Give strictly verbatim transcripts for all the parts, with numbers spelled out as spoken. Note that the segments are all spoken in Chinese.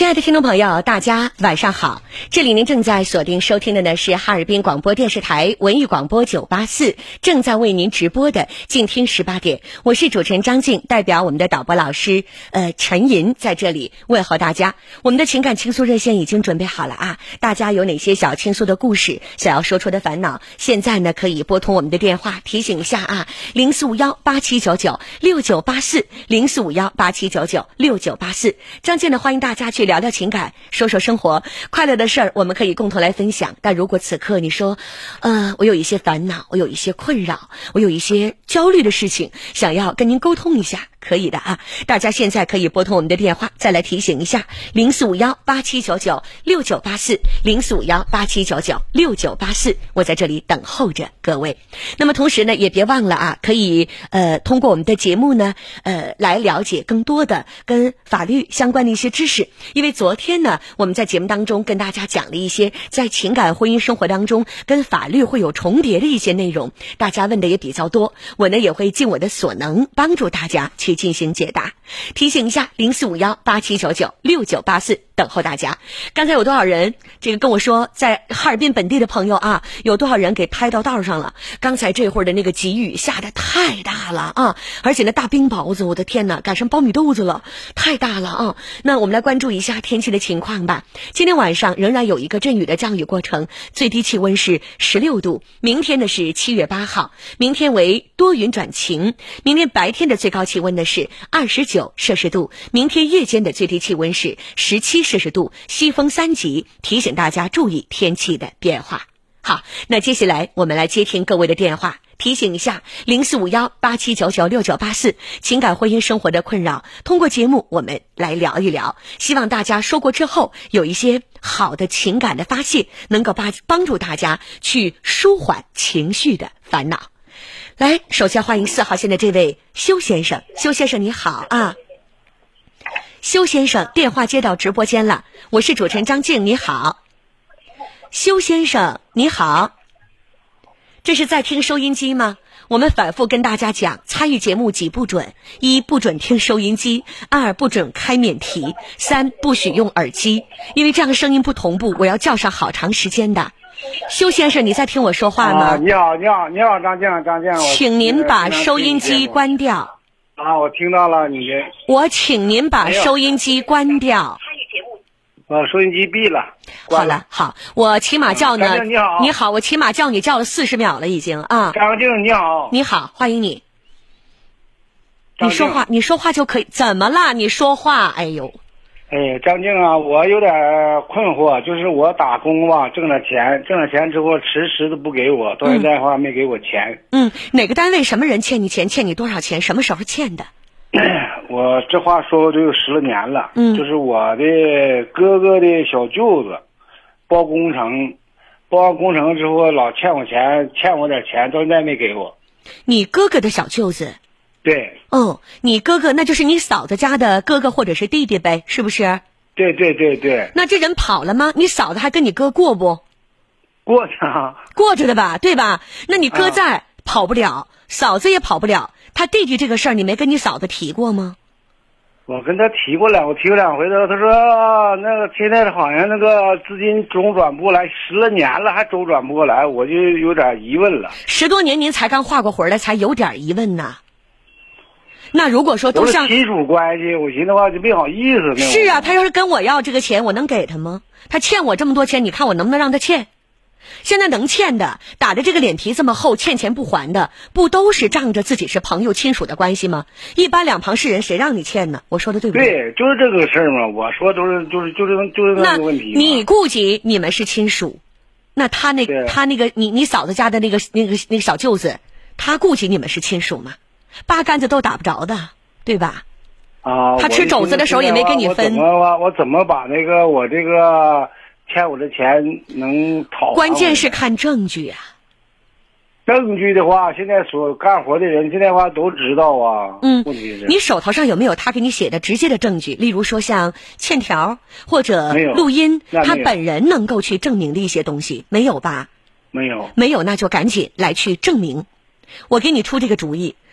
亲爱的听众朋友，大家晚上好，这里您正在锁定收听的呢是哈尔滨广播电视台文艺广播九八四，正在为您直播的静听十八点，我是主持人张静，代表我们的导播老师呃陈银在这里问候大家。我们的情感倾诉热线已经准备好了啊，大家有哪些小倾诉的故事，想要说出的烦恼，现在呢可以拨通我们的电话，提醒一下啊，零四五幺八七九九六九八四，零四五幺八七九九六九八四。张静呢欢迎大家去聊聊情感，说说生活，快乐的事儿我们可以共同来分享。但如果此刻你说呃，我有一些烦恼，我有一些困扰，我有一些焦虑的事情想要跟您沟通一下，可以的啊，大家现在可以拨通我们的电话。再来提醒一下，零四五幺八七九九六九八四，零四五幺八七九九六九八四，我在这里等候着各位。那么同时呢也别忘了啊，可以呃通过我们的节目呢呃来了解更多的跟法律相关的一些知识。因为昨天呢我们在节目当中跟大家讲了一些在情感婚姻生活当中跟法律会有重叠的一些内容，大家问的也比较多，我呢也会尽我的所能帮助大家去进行解答。提醒一下，零四五幺八七九九六九八四，等候大家。刚才有多少人这个跟我说，在哈尔滨本地的朋友啊，有多少人给拍到道上了？刚才这会儿的那个急雨下得太大了啊，而且那大冰雹子，我的天哪，赶上苞米豆子了，太大了啊！那我们来关注一下天气的情况吧。今天晚上仍然有一个阵雨的降雨过程，最低气温是十六度。明天呢是七月八号，明天为多云转晴。明天白天的最高气温呢是二十九摄氏度，明天夜间的最低气温是十七摄氏度，西风三级，提醒大家注意天气的变化。好，那接下来我们来接听各位的电话。提醒一下，零四五幺八七九九六九八四，情感婚姻生活的困扰，通过节目我们来聊一聊，希望大家说过之后有一些好的情感的发泄，能够帮帮助大家去舒缓情绪的烦恼。来，首先欢迎四号线的这位修先生。修先生你好啊。修先生，电话接到直播间了，我是主持人张静，你好。修先生你好，这是在听收音机吗？我们反复跟大家讲，参与节目几不准：一、不准听收音机；二、不准开免提；三、不许用耳机，因为这样声音不同步，我要叫上好长时间的。修先生，你在听我说话吗？ 啊、你好，你好，你好，张静，张静， 请您把收音机关掉。 啊，我听到了你的。 我请您把收音机关掉。 呃，收音机闭了。 好了，好，我起码叫呢。 张静你好。 你好，我起码叫你叫了四十秒了已经啊。 张静你好。 你好，欢迎你。你说话，你说话就可以。怎么了？你说话，哎呦。 哎，张静啊，我有点困惑，就是我打工吧，挣了钱，挣了钱之后迟迟都不给我，到现在的话没给我钱。 嗯，哪个单位什么人欠你钱？欠你多少钱？什么时候欠的？ 我这话说都有十来年了。 嗯， 就是我的哥哥的小舅子，包工程，包完工程之后老欠我钱，欠我点钱，到现在没给我。 你哥哥的小舅子？ 对。 哦，你哥哥那就是你嫂子家的哥哥或者是弟弟呗，是不是？ 对对对对。 那这人跑了吗？你嫂子还跟你哥过不？ 过着。 过着的吧，对吧？那你哥在、啊、跑不了，嫂子也跑不了，他弟弟这个事儿你没跟你嫂子提过吗？ 我跟他提过两，我提过两回的，他说、啊、那个现在好像那个资金周转不过来，十来年了还周转不过来，我就有点疑问了。 十多年您才刚划过魂来，才有点疑问呐。那如果说都像亲属关系，我寻思话就没好意思。 是啊，他要是跟我要这个钱，我能给他吗？他欠我这么多钱，你看我能不能让他欠？现在能欠的，打着这个脸皮这么厚，欠钱不还的，不都是仗着自己是朋友亲属的关系吗？一般两旁是人，谁让你欠呢？我说的对不对？ 对，就是这个事儿嘛。我说都是就是就是就是那个问题。 你顾及你们是亲属，那他那他那个你你嫂子家的那个那个那个小舅子，他顾及你们是亲属吗？八竿子都打不着的，对吧？ 啊， 他吃肘子的时候也没跟你分。 我怎么我怎么把那个我这个欠我的钱能讨？ 关键是看证据啊。 证据的话，现在所干活的人现在的话都知道啊。 嗯， 问题是你手头上有没有他给你写的直接的证据？例如说像欠条或者录音，他本人能够去证明的一些东西，没有吧？ 没有。 没有，那就赶紧来去证明。我给你出这个主意，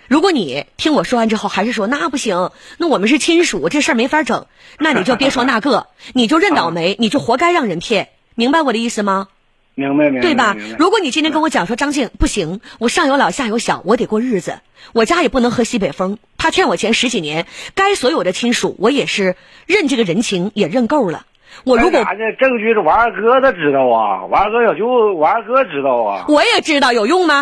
如果你听我说完之后还是说那不行，那我们是亲属，这事儿没法整，那你就别说那个，你就认倒霉，你就活该让人骗，明白我的意思吗？ 明白明白， 对吧？如果你今天跟我讲说张静不行，我上有老下有小，我得过日子，我家也不能喝西北风，他欠我钱十几年，该所有的亲属我也是认这个人情也认够了。我如果这证据是王二哥他知道啊，王二哥小舅王二哥知道啊， 我也知道，有用吗？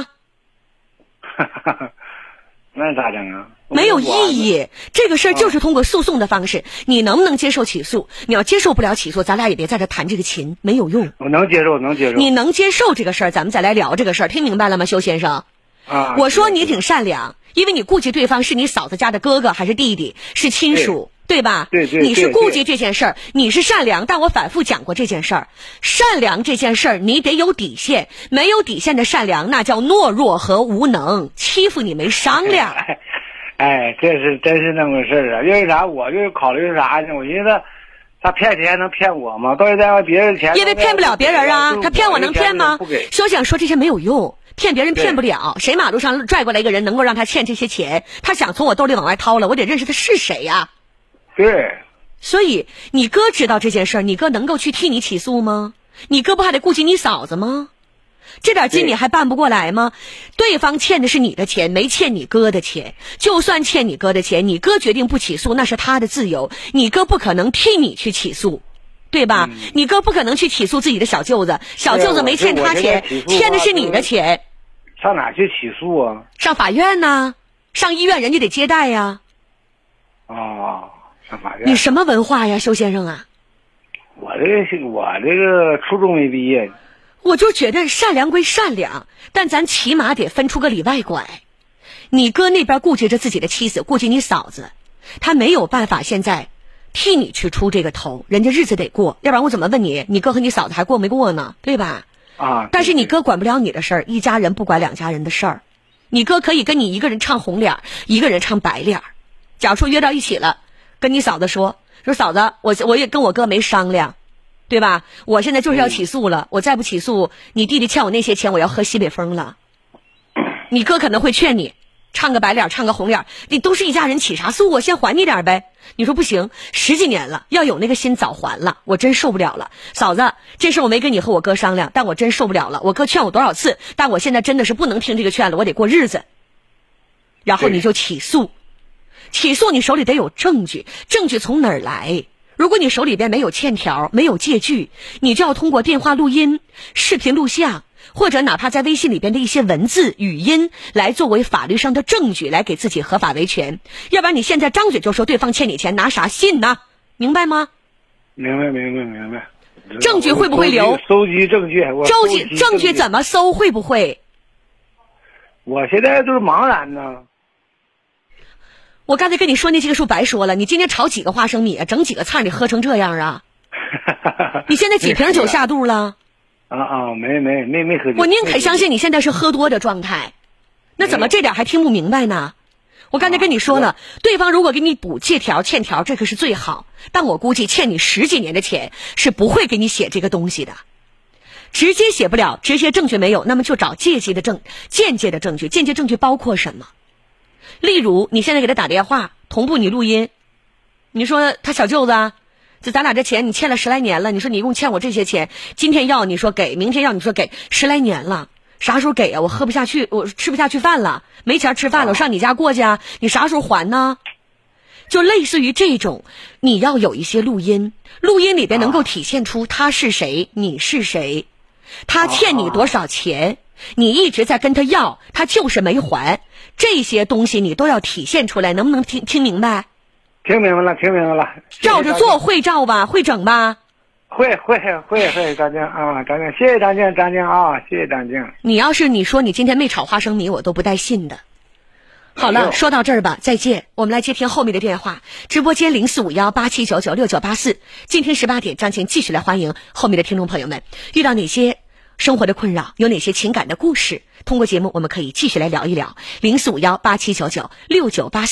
那咋整啊？ 没有意义，这个事儿就是通过诉讼的方式，你能不能接受起诉？你要接受不了起诉，咱俩也别在这谈这个情，没有用。 我能接受，能接受。 你能接受这个事儿，咱们再来聊这个事儿，听明白了吗，修先生？ 啊， 我说你挺善良，因为你顾及对方是你嫂子家的哥哥还是弟弟，是亲属。对吧？ 对对， 你是顾及这件事儿，你是善良，但我反复讲过这件事儿，善良这件事儿你得有底线，没有底线的善良那叫懦弱和无能，欺负你没商量。 哎，哎这是真是那么回事儿啊！因为啥？我就考虑啥呢？我寻思他骗钱能骗我吗？到现在别人钱， 因为骗不了别人啊，他骗我能骗吗？休想说这些没有用。骗别人骗不了，谁马路上拽过来一个人能够让他欠这些钱？他想从我兜里往外掏了，我得认识他是谁呀、啊？ 对， 所以你哥知道这件事儿，你哥能够去替你起诉吗？你哥不还得顾及你嫂子吗？这点劲你还办不过来吗？对方欠的是你的钱，没欠你哥的钱。就算欠你哥的钱，你哥决定不起诉，那是他的自由，你哥不可能替你去起诉，对吧？嗯、你哥不可能去起诉自己的小舅子，小舅子没欠他钱，欠的是你的钱。 上哪去起诉啊？ 上法院呢？上医院人家得接待呀。 哦。上法院。 你什么文化呀，修先生啊？ 我这个我这个初中没毕业。 我就觉得善良归善良，但咱起码得分出个里外拐。你哥那边顾及着自己的妻子，顾及你嫂子，他没有办法现在替你去出这个头，人家日子得过，要不然我怎么问你，你哥和你嫂子还过没过呢？对吧？ 啊。 但是你哥管不了你的事儿，一家人不管两家人的事儿。你哥可以跟你一个人唱红脸，一个人唱白脸。假如说约到一起了，跟你嫂子说说嫂子，我我也跟我哥没商量，对吧？我现在就是要起诉了，我再不起诉，你弟弟欠我那些钱，我要喝西北风了。你哥可能会劝你唱个白脸，唱个红脸，你都是一家人，起啥诉啊？先还你点呗。你说不行，十几年了，要有那个心早还了，我真受不了了。嫂子，这事我没跟你和我哥商量，但我真受不了了。我哥劝我多少次，但我现在真的是不能听这个劝了，我得过日子。然后你就起诉。起诉你手里得有证据，证据从哪儿来？如果你手里边没有欠条，没有借据，你就要通过电话录音、视频录像，或者哪怕在微信里边的一些文字、语音来作为法律上的证据，来给自己合法维权。要不然你现在张嘴就说对方欠你钱，拿啥信呢？明白吗？ 明白明白明白。 证据会不会留？ 搜集证据， 收集证据怎么搜？会不会？ 我现在就是茫然呢。 我刚才跟你说那些个数白说了，你今天炒几个花生米啊？整几个菜你喝成这样啊？你现在几瓶酒下肚了？ 啊啊，没没没没喝酒。 我宁可相信你现在是喝多的状态，那怎么这点还听不明白呢？我刚才跟你说了，对方如果给你补借条欠条，这个是最好，但我估计欠你十几年的钱是不会给你写这个东西的，直接写不了，直接证据没有，那么就找间接的证间接的证据。间接证据包括什么？例如你现在给他打电话，同步你录音，你说他小舅子啊，就咱俩这钱你欠了十来年了，你说你一共欠我这些钱，今天要你说给，明天要你说给，十来年了，啥时候给啊？我喝不下去，我吃不下去饭了，没钱吃饭了，我上你家过去啊，你啥时候还呢？就类似于这种，你要有一些录音，录音里边能够体现出他是谁，你是谁，他欠你多少钱，你一直在跟他要，他就是没还，这些东西你都要体现出来，能不能听听明白？ 听明白了，听明白了。 照着做会照吧，会整吧？ 会会会会，张静啊，张静，谢谢张静，张静啊，谢谢张静。 你要是你说你今天没炒花生米，我都不带信的。好了，说到这儿吧，再见。我们来接听后面的电话，直播间零四五幺八七九九六九八四。今天十八点，张静继续来欢迎后面的听众朋友们。遇到哪些生活的困扰，有哪些情感的故事，通过节目我们可以继续来聊一聊。零四五幺八七九九六九八四，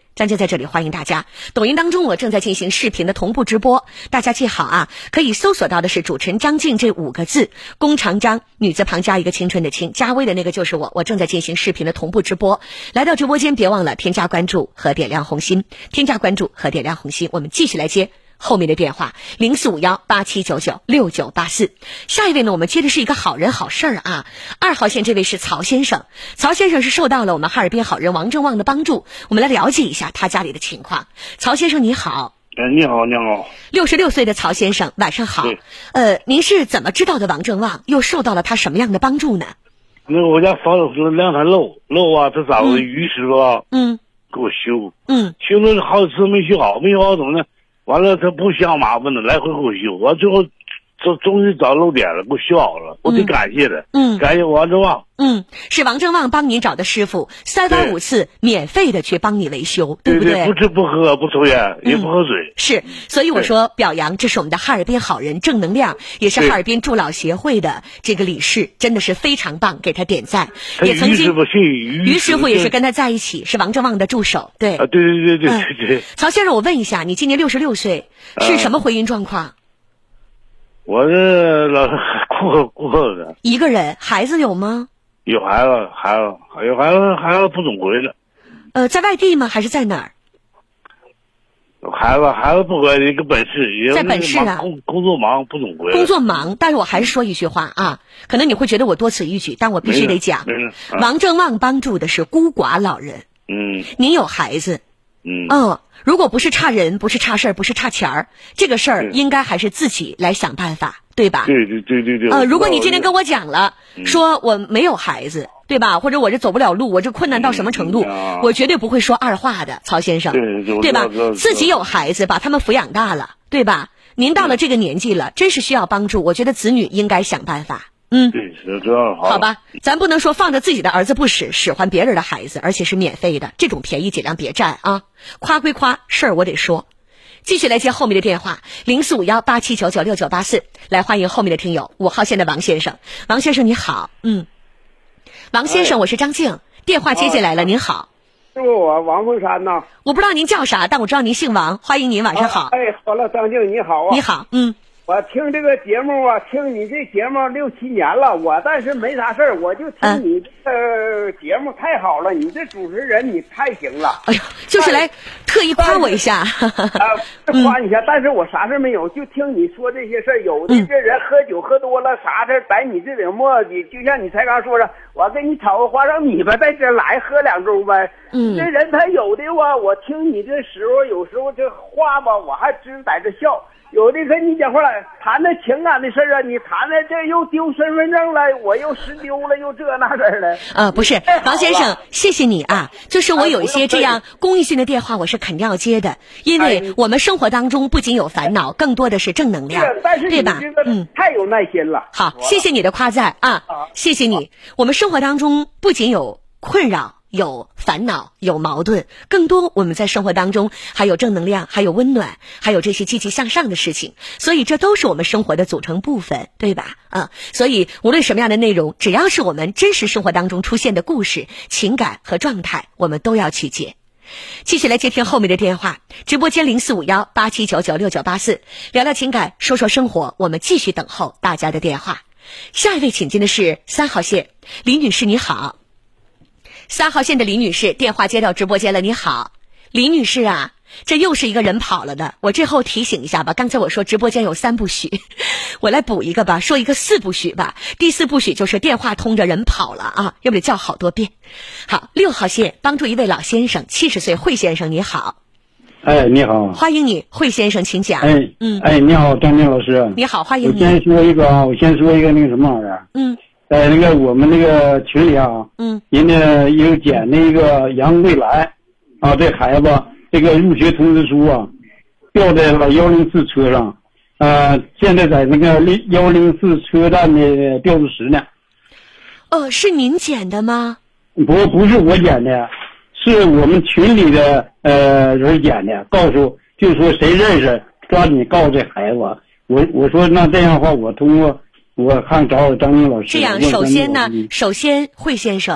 张静在这里欢迎大家。抖音当中我正在进行视频的同步直播，大家记好啊，可以搜索到的是主持人张静这五个字，弓长张，女字旁加一个青春的青，加微的那个就是我，我正在进行视频的同步直播。来到直播间别忘了添加关注和点亮红心，添加关注和点亮红心。我们继续来接后面的电话零四五幺八七九九六九八四。下一位呢，我们接的是一个好人好事儿啊。二号线这位是曹先生，曹先生是受到了我们哈尔滨好人王正旺的帮助，我们来了解一下他家里的情况。曹先生你好。 哎，你好，你好。 六十六岁的曹先生，晚上好。呃，您是怎么知道的王正旺，又受到了他什么样的帮助呢？ 那个我家房子是两台楼，楼啊，他找个于师傅啊， 嗯， 给我修， 嗯， 修了好几次没修好，没修好怎么呢？完了，他不嫌麻烦的，来回给我修，完最后终终于找漏点了，给我修好了，我得感谢他， 嗯， 感谢王正旺， 嗯，是王正旺帮您找的师傅，三番五次免费的去帮你维修，对不对？ 不吃不喝不抽烟，也不喝水。 是，所以我说表扬，这是我们的哈尔滨好人正能量，也是哈尔滨助老协会的这个理事，真的是非常棒，给他点赞。也曾经于师傅姓于， 于师傅也是跟他在一起，是王正旺的助手，对。 啊，对对对对对对。 曹先生，我问一下，你今年六十六岁，是什么婚姻状况？ 我这老是过过的， 一个人，孩子有吗？ 有孩子，孩子有孩子，孩子不总回来。 呃，在外地吗？还是在哪儿？ 有孩子，孩子不回来，一个本市，也在本市啊， 工工作忙，不总回来。 工作忙，但是我还是说一句话啊，可能你会觉得我多此一举，但我必须得讲。 啊、 王正旺帮助的是孤寡老人。 嗯。 您有孩子。 嗯。 嗯。如果不是差人，不是差事儿，不是差钱儿，这个事儿应该还是自己来想办法，对吧？ 对对对对对。 呃，如果你今天跟我讲了，说我没有孩子，对吧？或者我这走不了路，我这困难到什么程度， 嗯、 我绝对不会说二话的，曹先生， 对对对吧？自己有孩子，把他们抚养大了，对吧？您到了这个年纪了，真是需要帮助，我觉得子女应该想办法。嗯， 对，这样好。 好吧，咱不能说放着自己的儿子不使，使唤别人的孩子，而且是免费的，这种便宜尽量别占啊！夸归夸，事儿我得说。继续来接后面的电话，零四五幺八七九九六九八四，来欢迎后面的听友，五号线的王先生。王先生你好，嗯，王先生，我是张静，电话接进来了，您好。 是我王凤山呐。 我不知道您叫啥，但我知道您姓王，欢迎您，晚上好。 哎，好了，张静你好啊。 你好，嗯。 我听这个节目啊，听你这节目六七年了，我但是没啥事儿，我就听你这个节目太好了，你这主持人你太行了。 哎呦，就是来特意夸我一下。 啊，夸你一下，但是我啥事没有，就听你说这些事儿。有的这人喝酒喝多了，啥事在你这顶磨叽，就像你才刚说的，我给你炒个花生米吧，在这来喝两盅呗。 嗯， 这人他有的话，我听你这时候有时候这话吧，我还只在这笑。有的跟你讲话了，谈那情感的事儿啊，你谈的这又丢身份证了，我又失丢了，又这那事儿了。 呃，不是，王先生，谢谢你啊。就是我有一些这样公益性的电话，我是肯定要接的，因为我们生活当中不仅有烦恼，更多的是正能量，对吧？ 嗯，太有耐心了。 好，谢谢你的夸赞啊，谢谢你。我们生活当中不仅有困扰，有烦恼，有矛盾，更多我们在生活当中还有正能量，还有温暖，还有这些积极向上的事情，所以这都是我们生活的组成部分，对吧？啊，所以无论什么样的内容，只要是我们真实生活当中出现的故事、情感和状态，我们都要去接。继续来接听后面的电话，直播间零四五幺八七九九六九八四，聊聊情感，说说生活，我们继续等候大家的电话。下一位请进的是三号线，李女士你好。三号线的李女士，电话接到直播间了，你好，李女士啊，这又是一个人跑了的，我最后提醒一下吧，刚才我说直播间有三不许，我来补一个吧，说一个四不许吧，第四不许就是电话通着人跑了啊，要不得叫好多遍。好，六号线帮助一位老先生，七十岁，惠先生你好。 哎，你好， 欢迎你，惠先生，请讲。 哎， 嗯， 哎，你好，张静老师。 你好，欢迎你。 我先说一个啊，我先说一个那个什么玩意儿。 嗯。 在那个我们那个群里啊， 嗯， 人家有捡那个杨未来，啊，这孩子这个入学通知书啊，掉在了幺零四车上，呃，现在在那个幺零四车站的调度室呢。 哦，是您捡的吗？ 不，不是我捡的，是我们群里的呃人捡的，告诉就说谁认识，抓紧告诉这孩子。我我说那这样的话，我通过。我看找我张明老师。 这样，首先呢，首先惠先生，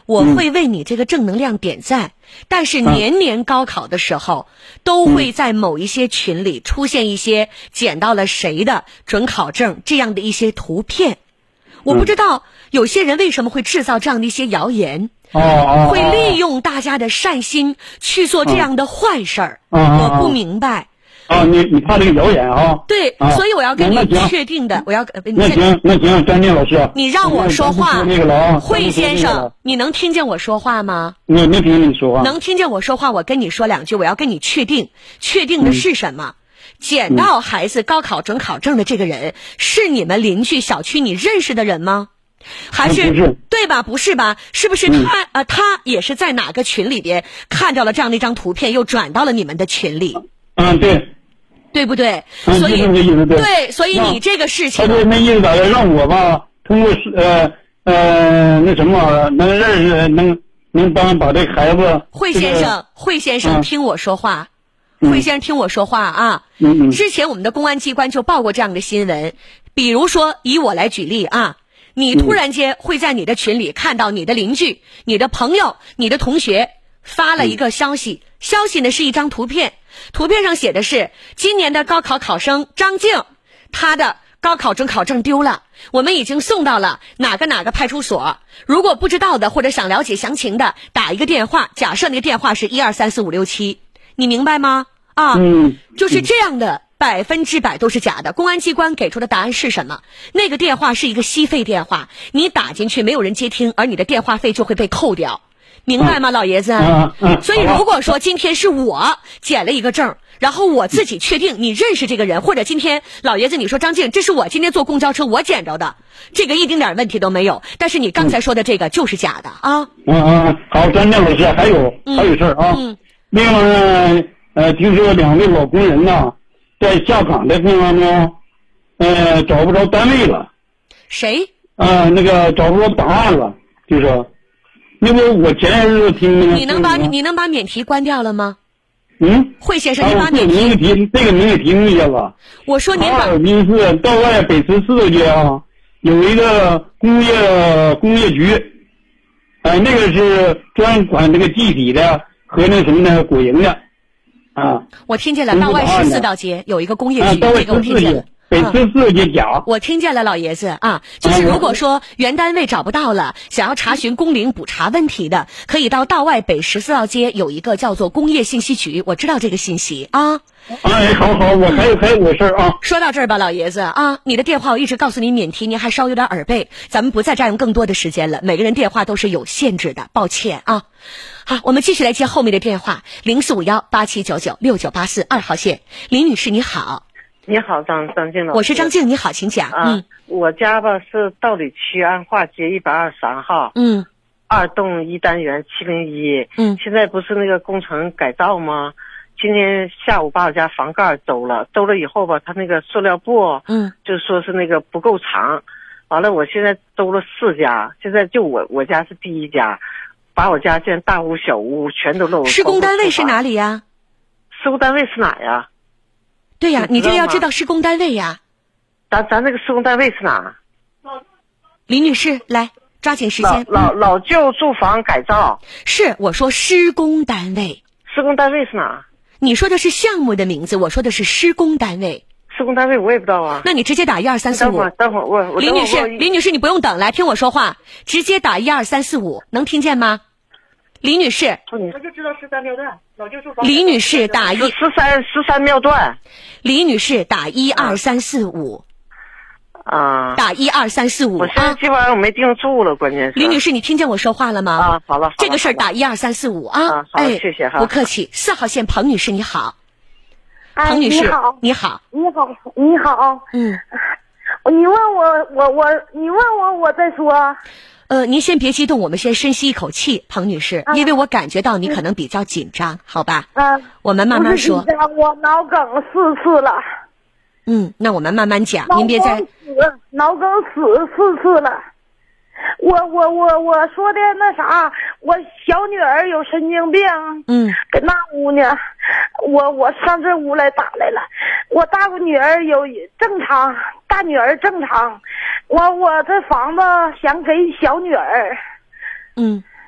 我会为你这个正能量点赞，但是年年高考的时候，都会在某一些群里出现一些捡到了谁的准考证这样的一些图片。我不知道有些人为什么会制造这样的一些谣言，会利用大家的善心去做这样的坏事儿。我不明白。 啊，你你怕这个谣言啊？ 对，啊、所以我要跟你确定的，我要那行那行，张静老师， 你让我说话。 那个了啊， 惠先生，你能听见我说话吗？ 我能听见你说话。 能听见我说话，我跟你说两句，我要跟你确定，确定的是什么？嗯、捡到孩子高考准考证的这个人，是你们邻居小区你认识的人吗？还是、 嗯、是对吧？不是吧？是不是他、嗯、呃他也是在哪个群里边看到了这样的一张图片，又转到了你们的群里？ 嗯，对。 对不对？ 嗯、 所以这个意思对， 对，所以你这个事情， 他这那意思咋的？让我吧，通过呃呃那什么，能认识，能能帮把这孩子。 惠先生，惠、这个、先生、嗯，听我说话。惠先生，听我说话啊！ 嗯嗯。 之前我们的公安机关就报过这样的新闻，比如说以我来举例啊，你突然间会在你的群里看到你的邻居、你的朋友、你的同学发了一个消息，嗯、消息呢是一张图片。图片上写的是今年的高考考生张静，他的高考准考证丢了，我们已经送到了哪个哪个派出所，如果不知道的或者想了解详情的，打一个电话，假设那个电话是一二三四五六七，你明白吗？啊， 嗯， 就是这样的，百分之百都是假的。公安机关给出的答案是什么？那个电话是一个吸费电话，你打进去没有人接听，而你的电话费就会被扣掉。明白吗，老爷子？ 嗯嗯。 所以如果说今天是我捡了一个证，然后我自己确定你认识这个人，或者今天老爷子你说张静，这是我今天坐公交车我捡着的，这个一丁点问题都没有。但是你刚才说的这个就是假的啊。 嗯嗯，好，张静老师，还有、嗯、还有事儿啊。 嗯。 另外呢，呃，听说两位老工人呐，在下岗的过程中，呃，找不着单位了。 谁？ 呃，那个找不着档案了，就说。那个我前些日子听那个， 你能把你能把免提关掉了吗？ 嗯， 惠先生，你把免提， 这个提这个您给听一下吧。 我说您把哈尔滨市道外北十四道街啊，有一个工业工业局，呃，那个是专管那个集体的和那什么的果蝇的，啊。 我听见了，道外十四道街有一个工业局， 啊、 这个我听见了。 北十四街甲， 我听见了，老爷子啊，就是如果说原单位找不到了，想要查询工龄补查问题的，可以到道外北十四道街有一个叫做工业信息局，我知道这个信息啊。 哎，好好，我还有还有我事儿啊。 说到这儿吧，老爷子啊，你的电话我一直告诉你免提，您还稍有点耳背，咱们不再占用更多的时间了，每个人电话都是有限制的，抱歉啊。好，我们继续来接后面的电话，零四五幺八七九九六九八四二号线，林女士你好。 你好，张张静老师。 我是张静，你好，请讲。 啊、嗯，我家吧是道里区安化街一百二十三号， 嗯， 二栋一单元七零一， 嗯， 现在不是那个工程改造吗？今天下午把我家房盖周了，周了以后吧，他那个塑料布， 嗯， 就说是那个不够长，完了，我现在周了四家，现在就我我家是第一家，把我家现在大屋小屋全都漏。 施工单位是哪里呀？ 施工单位是哪呀？ 对呀，你这个要知道施工单位呀。 咱咱那个施工单位是哪？ 李女士，来抓紧时间。 老老老旧住房改造。 是，我说施工单位。 施工单位是哪？ 你说的是项目的名字，我说的是施工单位。 施工单位我也不知道啊。 那你直接打一二三四五。 等会儿，等会儿我我。 李女士，李女士，你不用等，来听我说话，直接打一二三四五，能听见吗？李女士， 我就知道十三秒段，老旧住房。 李女士打一十三十三秒段。 李女士打一二三四五。 啊。 打一二三四五。 我现在基本上我没盯住了，关键是。 李女士，你听见我说话了吗？ 啊，好了。 这个事儿打一二三四五啊。 啊，好，谢谢哈。 不客气。四号线彭女士你好。 彭女士你好。 你好。 你好，你好。 嗯。 你问我，我我，你问我，我再说。 呃，您先别激动，我们先深吸一口气，彭女士， 啊、 因为我感觉到你可能比较紧张，好吧？ 嗯、啊， 我们慢慢说。 不是紧张，我脑梗四次了。 嗯，那我们慢慢讲，您别再。 死，脑梗死四次了。我我我我说的那啥，我小女儿有神经病， 嗯， 搁那屋呢，我我上这屋来打来了。我大女儿有正常，大女儿正常，我我这房子想给小女儿， 嗯，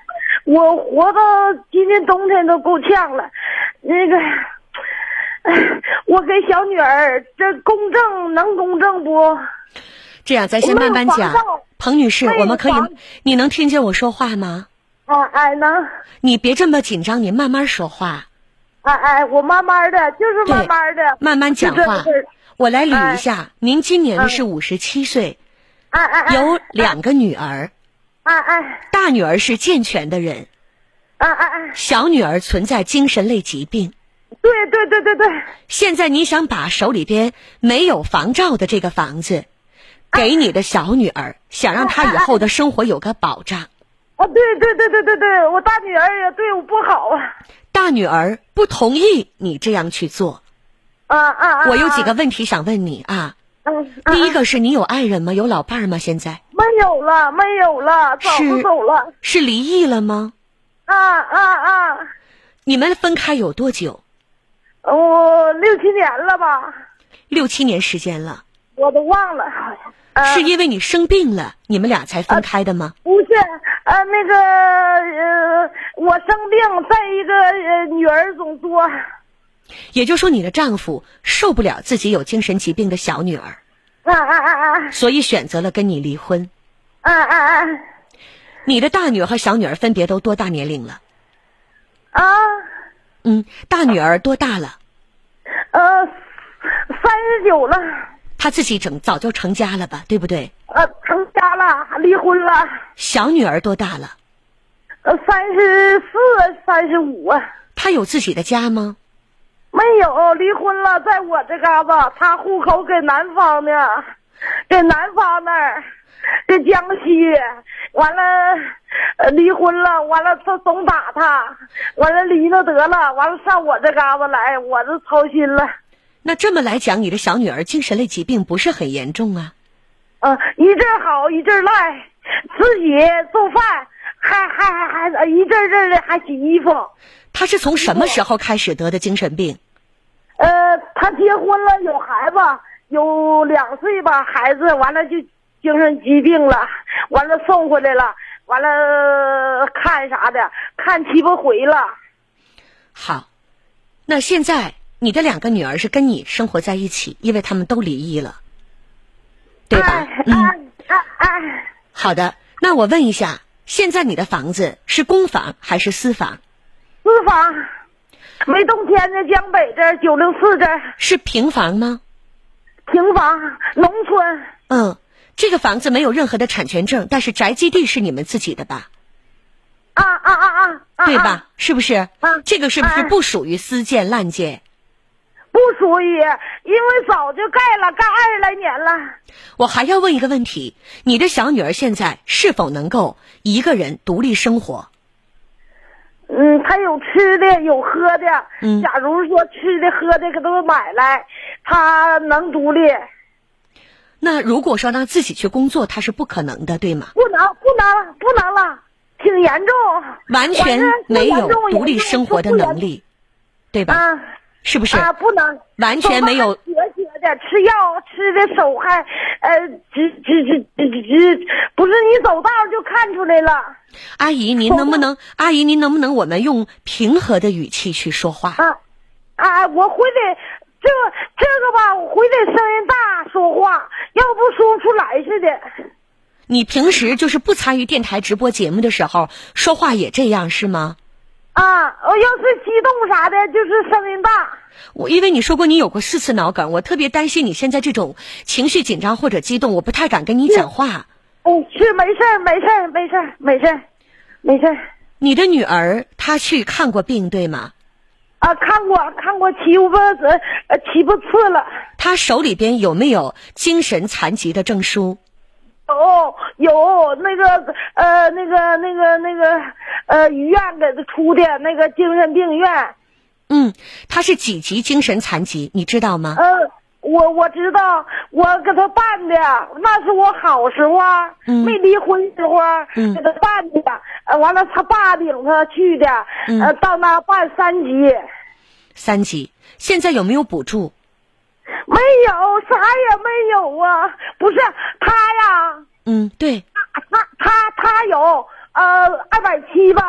我活到今年冬天都够呛了。那个，我给小女儿这公证能公证不？ 这样，咱先慢慢讲。彭女士，我们可以，你能听见我说话吗？ 啊，哎，能。 你别这么紧张，你慢慢说话。 哎哎，我慢慢的，就是慢慢的， 慢慢讲话。我来捋一下，哎、您今年是五十七岁， 哎哎， 有两个女儿， 哎哎， 大女儿是健全的人， 哎哎哎， 小女儿存在精神类疾病。 对对对对对。 现在你想把手里边没有房照的这个房子给你的小女儿，哎、想让她以后的生活有个保障。 啊，对对对对对对，我大女儿也对我不好啊。 大女儿不同意你这样去做。 啊啊啊！ 我有几个问题想问你啊。 嗯。 第一个是你有爱人吗？有老伴儿吗？现在？ 没有了，没有了，早就走了。 是离异了吗？ 啊啊啊！ 你们分开有多久？ 我六七年了吧。 六七年时间了。 我都忘了。 呃、是因为你生病了，你们俩才分开的吗？ 呃、不是，呃，那个，呃，我生病，再一个，呃，女儿总多。 也就是说，你的丈夫受不了自己有精神疾病的小女儿， 啊啊啊啊！ 所以选择了跟你离婚。 啊啊啊！ 你的大女儿和小女儿分别都多大年龄了？ 啊？ 嗯，大女儿多大了？ 呃，三十九了。 她自己整早就成家了吧，对不对？ 呃，成家了，离婚了。 小女儿多大了？ 呃，三十四、三十五啊。 她有自己的家吗？ 没有，离婚了，在我这嘎达，他户口给南方的，给南方那儿，给江西，完了，呃，离婚了，完了他总打他，完了离了得了，完了上我这嘎达来，我这操心了。 那这么来讲，你的小女儿精神类疾病不是很严重啊？ 呃，一阵好一阵赖，自己做饭，还还还还一阵阵的还洗衣服。 她是从什么时候开始得的精神病？ 呃，他结婚了，有孩子，有两岁吧，孩子完了就精神疾病了，完了送回来了，完了看啥的，看七八回了。 好，那现在你的两个女儿是跟你生活在一起，因为他们都离异了，对吧？ 哎、嗯。哎哎哎。 好的，那我问一下，现在你的房子是公房还是私房？ 私房。梅洞天的江北这九零四这是平房吗？ 平房，农村。 嗯，这个房子没有任何的产权证，但是宅基地是你们自己的吧？ 啊啊啊啊！ 对吧？啊、是不是？ 啊， 这个是不是不属于私建滥建？ 不属于，因为早就盖了，盖二十来年了。 我还要问一个问题：你的小女儿现在是否能够一个人独立生活？ 嗯，他有吃的，有喝的。 嗯， 假如说吃的喝的给都买来，他能独立。 那如果说让自己去工作，他是不可能的，对吗？ 不能，不能，不能了，挺严重。 完全没有独立生活的能力，对吧？ 啊， 是不是？ 啊，不能， 完全没有。 学学的，吃药吃的手还呃，直直直直直，不是你走道就看出来了。 阿姨，您能不能？阿姨，您能不能我们用平和的语气去说话？ 啊啊！我回得这这个吧，我回得声音大说话，要不说不出来似的。 你平时就是不参与电台直播节目的时候，说话也这样是吗？ 啊，我要是激动啥的，就是声音大。 我因为你说过你有过四次脑梗，我特别担心你现在这种情绪紧张或者激动，我不太敢跟你讲话。 哦，是没事儿，没事儿，没事儿，没事儿，没事儿。 你的女儿她去看过病对吗？ 啊，看过，看过七八次，呃，七八次了。 她手里边有没有精神残疾的证书？ 有，有那个呃，那个那个那个呃，医院给他出的那个精神病院。 嗯，她是几级精神残疾，你知道吗？ 呃，我我知道，我给他办的，那是我好时候啊， 嗯、 没离婚时候， 嗯， 给他办的。呃，完了他爸领他去的， 嗯、 呃，到那办三级。 三级，现在有没有补助？ 没有，啥也没有啊！不是他呀， 嗯，对， 他他他他有呃二百七吧。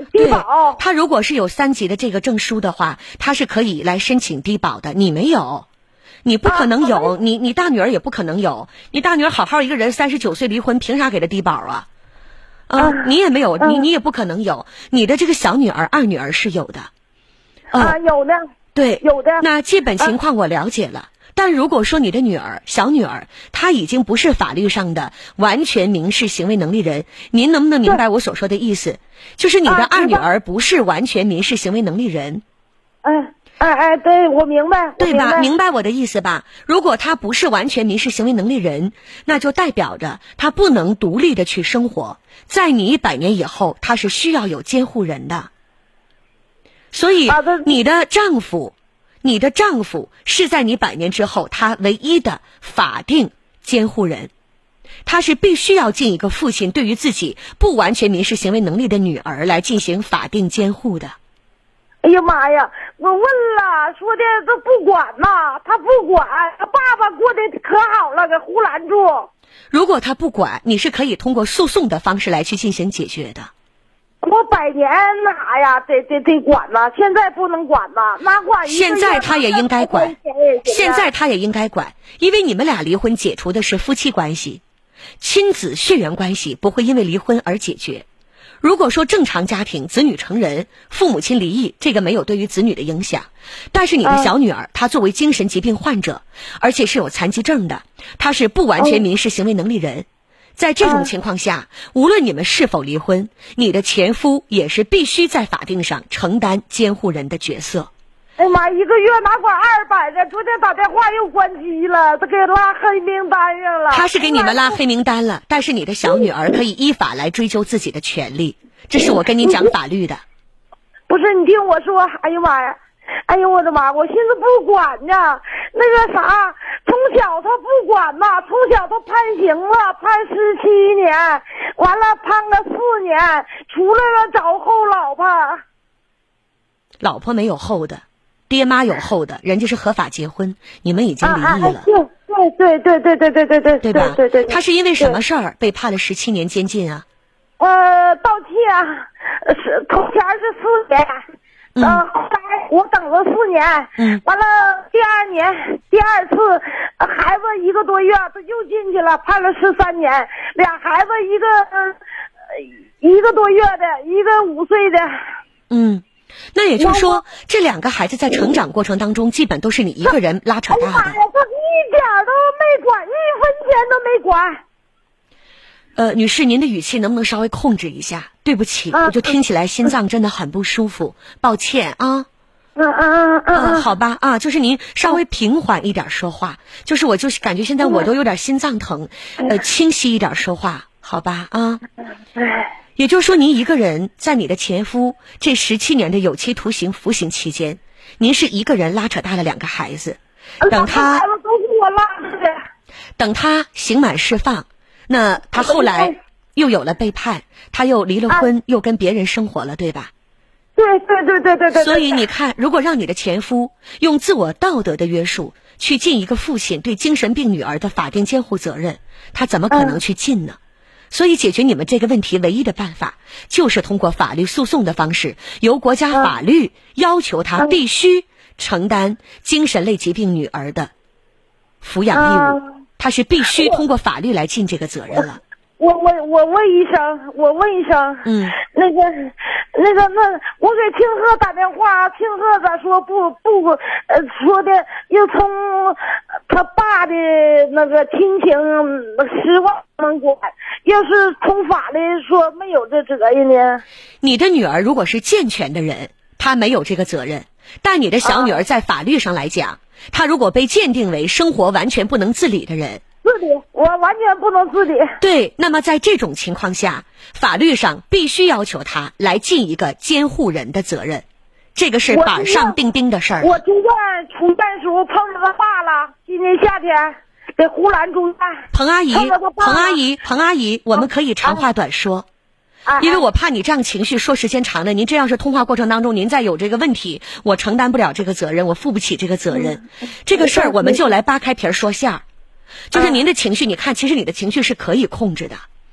低保。 他如果是有三级的这个证书的话，他是可以来申请低保的。你没有，你不可能有，啊、你你大女儿也不可能有。你大女儿好好一个人，三十九岁离婚，凭啥给她低保啊？啊，啊你也没有，你你也不可能有。你的这个小女儿、二女儿是有的。 啊，啊有的。 对， 有的。 那基本情况我了解了。啊但如果说你的女儿小女儿她已经不是法律上的完全民事行为能力人，您能不能明白我所说的意思？就是你的二女儿不是完全民事行为能力人。 哎哎哎，对，我明白， 对吧？明白我的意思吧？如果她不是完全民事行为能力人，那就代表着她不能独立的去生活，在你一百年以后，她是需要有监护人的。所以你的丈夫你的丈夫是在你百年之后他唯一的法定监护人，他是必须要尽一个父亲对于自己不完全民事行为能力的女儿来进行法定监护的。 哎呀妈呀，我问了，说的都不管呐，他不管，他爸爸过得可好了，给胡拦住。 如果他不管，你是可以通过诉讼的方式来去进行解决的。 我百年那啥呀，得得得管呐！现在不能管呐，哪管？ 现在他也应该管，现在他也应该管，因为你们俩离婚解除的是夫妻关系，亲子血缘关系不会因为离婚而解决。如果说正常家庭，子女成人，父母亲离异，这个没有对于子女的影响。但是你的小女儿，她作为精神疾病患者，而且是有残疾证的，她是不完全民事行为能力人。在这种情况下，无论你们是否离婚，你的前夫也是必须在法定上承担监护人的角色。 哎妈，一个月哪管二百的，昨天打电话又关机了，他给拉黑名单上了。 他是给你们拉黑名单了，但是你的小女儿可以依法来追究自己的权利，这是我跟你讲法律的。 不是，你听我说，哎呀妈呀，哎呦我的妈，我寻思不管呢，那个啥，从小他不管呐，从小他判刑了，判十七年，完了判个四年，出来了找后老婆。 老婆没有后的，爹妈有后的，人家是合法结婚，你们已经离异了。 啊啊、对对对对对对对对对吧？ 对对对。 他是因为什么事儿被判了十七年监禁啊？ 呃，盗窃啊，是头前是四年。嗯，后来我等了四年，嗯，完了第二年第二次，孩子一个多月他又进去了，判了十三年，俩孩子一个呃一个多月的，一个五岁的。 嗯，那也就是说，这两个孩子在成长过程当中，基本都是你一个人拉扯大的。哎呀，他一点都没管，一分钱都没管。 呃，女士，您的语气能不能稍微控制一下？对不起， 啊、 我就听起来心脏真的很不舒服，抱歉啊。 嗯嗯嗯嗯嗯，好吧啊，就是您稍微平缓一点说话，就是我就是感觉现在我都有点心脏疼，呃，清晰一点说话，好吧啊。也就是说，您一个人在你的前夫这十七年的有期徒刑服刑期间，您是一个人拉扯大了两个孩子，等他孩子都是我拉的， 等他刑满释放。那他后来又有了背叛，他又离了婚，啊、又跟别人生活了，对吧？ 对对对对对对。 所以你看，如果让你的前夫用自我道德的约束去尽一个父亲对精神病女儿的法定监护责任，他怎么可能去尽呢？嗯、所以解决你们这个问题唯一的办法，就是通过法律诉讼的方式，由国家法律要求他必须承担精神类疾病女儿的抚养义务。嗯他是必须通过法律来尽这个责任了。 我我我问一声，我问一声， 嗯， 那个那个那我给庆贺打电话，庆贺他说不不呃说的又从他爸的那个亲情十万能管，要是从法律说没有这责任呢？ 你的女儿如果是健全的人，她没有这个责任，但你的小女儿在法律上来讲。啊他如果被鉴定为生活完全不能自理的人， 自理，我完全不能自理。 对，那么在这种情况下，法律上必须要求他来尽一个监护人的责任，这个是板上钉钉的事儿。 我就算出院时候碰着他爸了，今年夏天给胡兰住院。 彭阿姨，彭阿姨，彭阿姨，我们可以长话短说。因为我怕你这样情绪说时间长了，您这样是通话过程当中您再有这个问题，我承担不了这个责任，我负不起这个责任。这个事儿我们就来扒开皮儿说馅儿，就是您的情绪，你看其实你的情绪是可以控制的，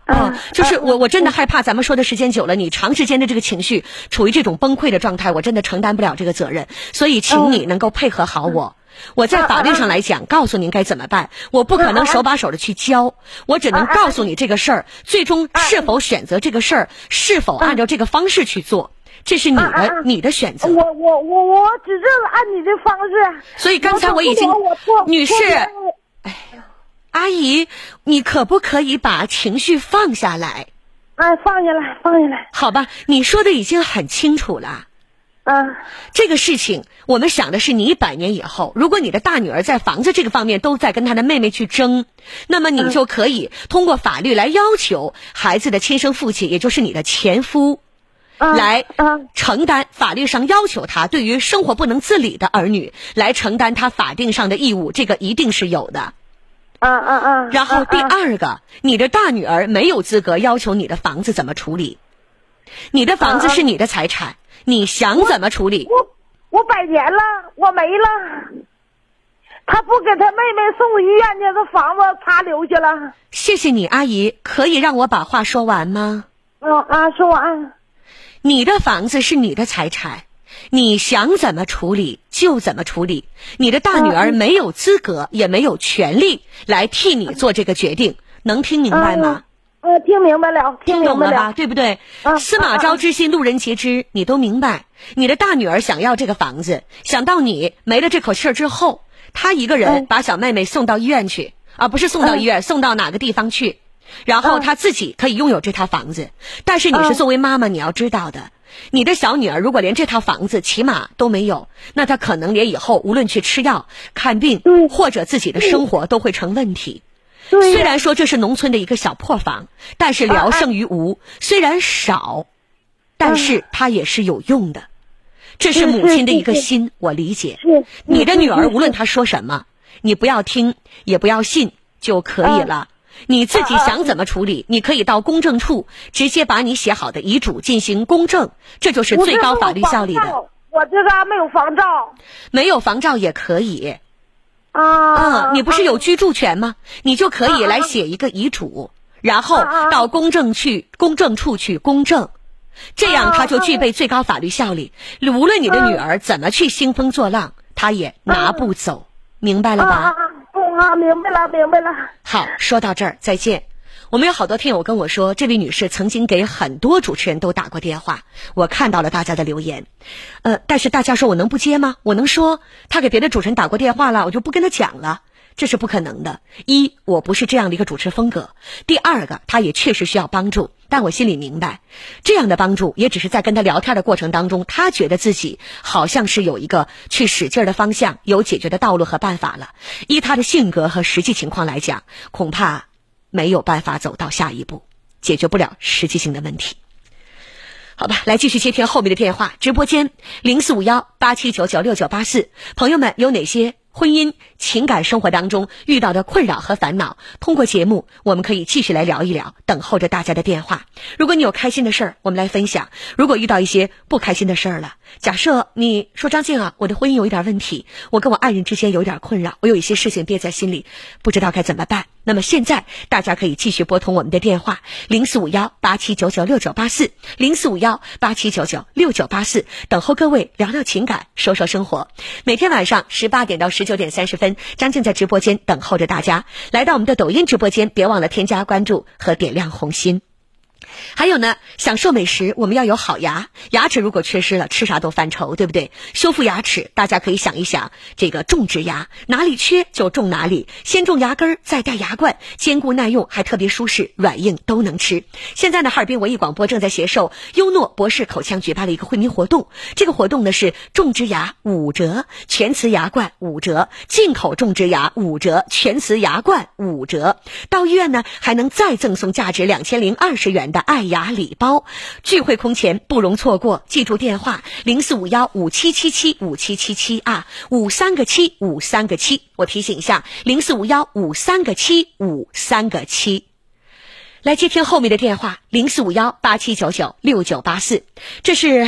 啊、哦，就是我我真的害怕咱们说的时间久了，你长时间的这个情绪处于这种崩溃的状态，我真的承担不了这个责任，所以请你能够配合好我。我在法律上来讲，告诉您该怎么办，我不可能手把手的去教，我只能告诉你这个事儿，最终是否选择这个事儿，是否按照这个方式去做，这是你的你的选择。 我我我我只是按你的方式。 所以刚才我已经，女士，哎，阿姨，你可不可以把情绪放下来？ 哎，放下来，放下来。 好吧，你说的已经很清楚了。 嗯， 这个事情我们想的是你百年以后，如果你的大女儿在房子这个方面都在跟她的妹妹去争，那么你就可以通过法律来要求孩子的亲生父亲，也就是你的前夫，来承担法律上要求他对于生活不能自理的儿女来承担他法定上的义务，这个一定是有的。 嗯嗯嗯。 然后第二个，你的大女儿没有资格要求你的房子怎么处理，你的房子是你的财产，你想怎么处理？ 我我百年了，我没了。他不给他妹妹送医院去，这房子他留下了。 谢谢你，阿姨，可以让我把话说完吗？ 嗯啊，说完。 你的房子是你的财产，你想怎么处理就怎么处理。你的大女儿没有资格，也没有权利来替你做这个决定，能听明白吗？ 呃，听明白了， 听懂了吧？对不对？司马昭之心，路人皆知，你都明白。你的大女儿想要这个房子，想到你没了这口气儿之后，她一个人把小妹妹送到医院去，啊，不是送到医院，送到哪个地方去，然后她自己可以拥有这套房子。但是你是作为妈妈，你要知道的，你的小女儿如果连这套房子起码都没有，那她可能连以后无论去吃药、看病，或者自己的生活都会成问题。虽然说这是农村的一个小破房，但是聊胜于无，虽然少，但是它也是有用的。这是母亲的一个心，我理解。你的女儿无论她说什么，你不要听，也不要信就可以了。你自己想怎么处理，你可以到公证处直接把你写好的遗嘱进行公证，这就是最高法律效力的。 我这个没有房照。 没有房照也可以。 啊， 嗯，你不是有居住权吗？你就可以来写一个遗嘱，然后到公证去公证处去公证，这样他就具备最高法律效力。无论你的女儿怎么去兴风作浪，他也拿不走，明白了吧？ 啊，明白了，明白了。 好，说到这儿，再见。我们有好多听友跟我说，这位女士曾经给很多主持人都打过电话，我看到了大家的留言，呃，但是大家说我能不接吗？我能说她给别的主持人打过电话了，我就不跟她讲了，这是不可能的。一，我不是这样的一个主持风格；第二个，她也确实需要帮助，但我心里明白，这样的帮助也只是在跟她聊天的过程当中，她觉得自己好像是有一个去使劲的方向，有解决的道路和办法了。依她的性格和实际情况来讲，恐怕没有办法走到下一步，解决不了实际性的问题。好吧，来继续接听后面的电话。直播间零四五幺八七九九六九八四，朋友们有哪些婚姻情感生活当中遇到的困扰和烦恼，通过节目我们可以继续来聊一聊，等候着大家的电话。如果你有开心的事儿，我们来分享；如果遇到一些不开心的事儿了，假设你说张静啊，我的婚姻有一点问题，我跟我爱人之间有点困扰，我有一些事情憋在心里，不知道该怎么办。那么现在大家可以继续拨通我们的电话零四五幺八七九九六九八四 零四五幺八七九九六九八四，等候各位聊聊情感，说说生活。每天晚上十八点到十九点三十分，张静在直播间等候着大家。来到我们的抖音直播间，别忘了添加关注和点亮红心。还有呢，享受美食我们要有好牙，牙齿如果缺失了，吃啥都犯愁，对不对？修复牙齿，大家可以想一想，这个种植牙，哪里缺就种哪里，先种牙根再戴牙冠，坚固耐用，还特别舒适，软硬都能吃。现在呢，哈尔滨文艺广播正在携手优诺博士口腔举办了一个惠民活动，这个活动呢是种植牙五折，全瓷牙冠五折，进口种植牙五折，全瓷牙冠五折。到医院呢还能再赠送价值两千零二十元的爱牙礼包，聚会空前，不容错过。记住电话零四五幺五七七七五七七七啊，五三个七五三个七。我提醒一下，零四五幺五三个七五三个七。来接听后面的电话零四五幺八七九九六九八四，这是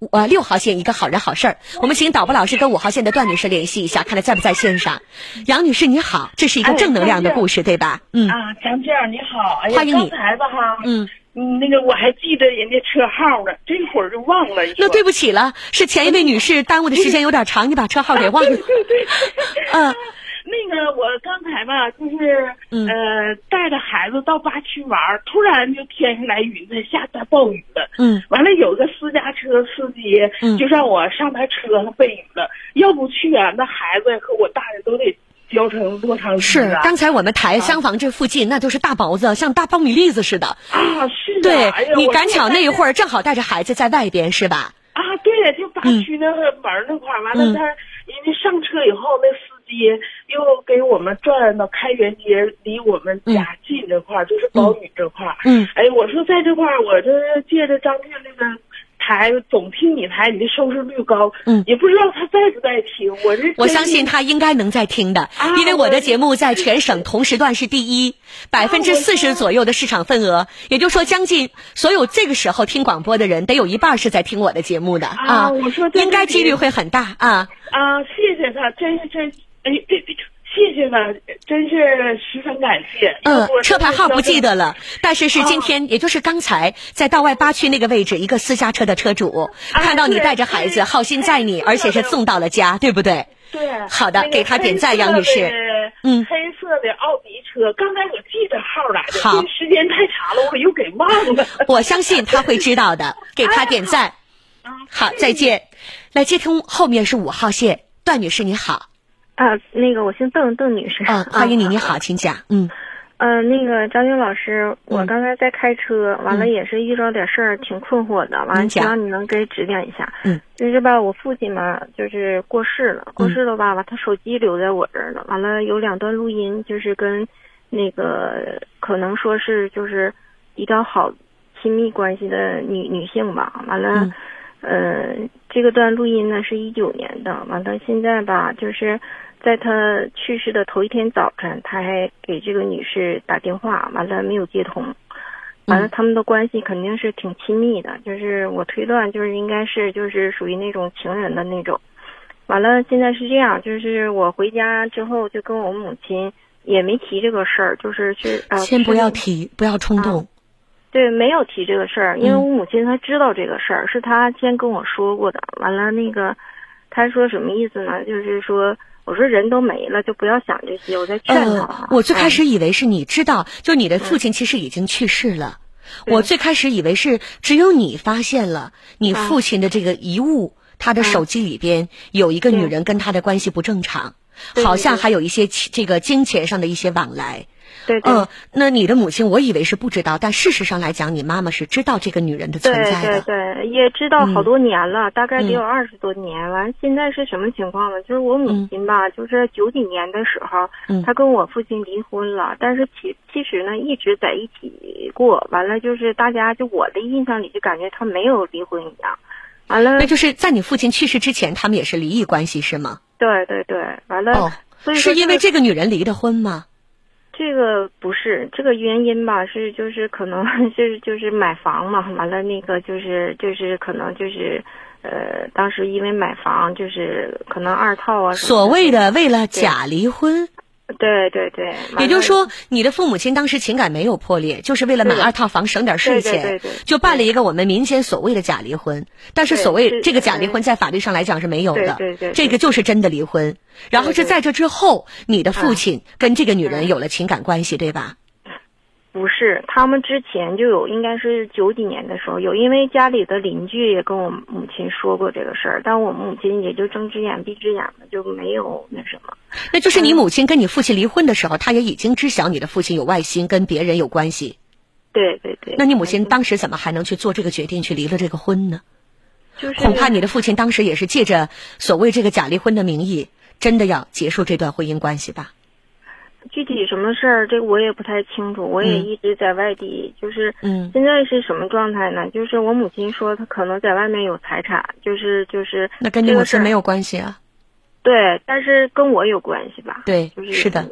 呃六号线一个好人好事儿。我们请导播老师跟五号线的段女士联系一下，看她在不在线上。杨女士你好，这是一个正能量的故事，对吧？嗯啊，张静你好，哎呀， 欢迎你。 刚才吧哈， 嗯。 嗯，那个我还记得人家车号呢，这会儿就忘了。 那对不起了，是前一位女士耽误的时间有点长，你把车号给忘了。 对对对。 嗯、呃， 那个我刚才吧，就是、嗯、呃带着孩子到八区玩，突然就天上来云彩，下大暴雨了。 嗯。 完了，有个私家车司机就让我上他车上备雨了，嗯、要不去啊，那孩子和我大人都得。浇成多长时间？ 是，刚才我们台厢房这附近，啊、那都是大雹子，像大苞米粒子似的。 啊，是对， 哎、 你赶巧那一会儿正好带着孩子在外边，是吧？ 啊，对，就八区那个门那块儿，完、嗯、了他人家上车以后，那司机又给我们转到开元街，离我们家近这块儿，嗯、就是宝宇这块儿。嗯，哎，我说在这块儿，我这借着张俊那个。台总听你台，你的收视率高，嗯，也不知道他在不在听。我这我相信他应该能在听的，啊、因为我的节目在全省同时段是第一，百分之四十左右的市场份额，也就是说，将近所有这个时候听广播的人，得有一半是在听我的节目的啊。 啊我说应该几率会很大啊。 啊，谢谢他，真是真，哎，对对。谢谢吧，真是十分感谢。 嗯，车牌号不记得了，但是是今天，啊、也就是刚才在道外八区那个位置，一个私家车的车主、啊、看到你带着孩子，好心载你，而且是送到了家，对不对？ 对。 好的， 那个、 给他点赞，杨女士。 嗯，黑色的奥迪车，刚才我记着号来的， 好， 时间太长了，我又给忘了。 我相信他会知道的，给他点赞。 哎、 好, 好，再见。来接通后面是五号线，段女士你好。 啊，那个我姓邓，邓女士。 啊，欢迎你，你好，请讲。嗯， 呃，那个张军老师，我刚才在开车，完了也是遇到点事儿，挺困惑的，完了希望你能给指点一下。 嗯， 就是吧，我父亲嘛，就是过世了，过世了吧，完他手机留在我这儿了，完了有两段录音，就是跟那个可能说是就是比较好亲密关系的女女性吧，完了。嗯呃，这个段录音呢是一九年的，完了现在吧，就是在他去世的头一天早晨，他还给这个女士打电话，完了没有接通，完了他们的关系肯定是挺亲密的，就是我推断就是应该是就是属于那种情人的那种，完了现在是这样，就是我回家之后就跟我母亲也没提这个事儿，就是是呃， 先不要提，不要冲动。 啊对，没有提这个事儿，因为我母亲她知道这个事儿，嗯、是她先跟我说过的。完了，那个，她说什么意思呢？就是说，我说人都没了，就不要想这些，我在劝她、 呃。我最开始以为是你知道，嗯、就你的父亲其实已经去世了。嗯、我最开始以为是只有你发现了你父亲的这个遗物，嗯、他的手机里边有一个女人跟他的关系不正常， 嗯、 好像还有一些这个金钱上的一些往来。 对对， 嗯，那你的母亲，我以为是不知道，但事实上来讲，你妈妈是知道这个女人的存在的。 对对对，也知道好多年了，嗯、大概得有二十多年。完、嗯，现在是什么情况呢？就是我母亲吧，嗯、就是九几年的时候，嗯、她跟我父亲离婚了，但是其其实呢一直在一起过。完了，就是大家就我的印象里就感觉她没有离婚一样。完了， 那就是在你父亲去世之前，他们也是离异关系是吗？ 对对对，完了， 哦， 所以是因为这个女人离的婚吗？ 这个不是这个原因吧，是就是可能是就是买房嘛，完了那个就是就是可能就是呃，当时因为买房就是可能二套啊， 所谓的为了假离婚。 对对对， 也就是说，你的父母亲当时情感没有破裂，就是为了买二套房省点税钱， 对对对对就办了一个我们民间所谓的假离婚。但是所谓这个假离婚，在法律上来讲是没有的， 对对对， 这个就是真的离婚。然后是在这之后，你的父亲跟这个女人有了情感关系，对吧？ 不是，他们之前就有，应该是九几年的时候有，因为家里的邻居也跟我母亲说过这个事儿，但我母亲也就睁只眼闭只眼的，就没有那什么。 那就是你母亲跟你父亲离婚的时候，她也已经知晓你的父亲有外心，跟别人有关系。 对对对。 那你母亲当时怎么还能去做这个决定，去离了这个婚呢？ 就是恐怕你的父亲当时也是借着所谓这个假离婚的名义，真的要结束这段婚姻关系吧？ 具体什么事儿，这个我也不太清楚。我也一直在外地，嗯、就是嗯， 现在是什么状态呢？就是我母亲说她可能在外面有财产，就是就是那跟你母亲没有关系啊。 对，但是跟我有关系吧？ 对， 就是是的。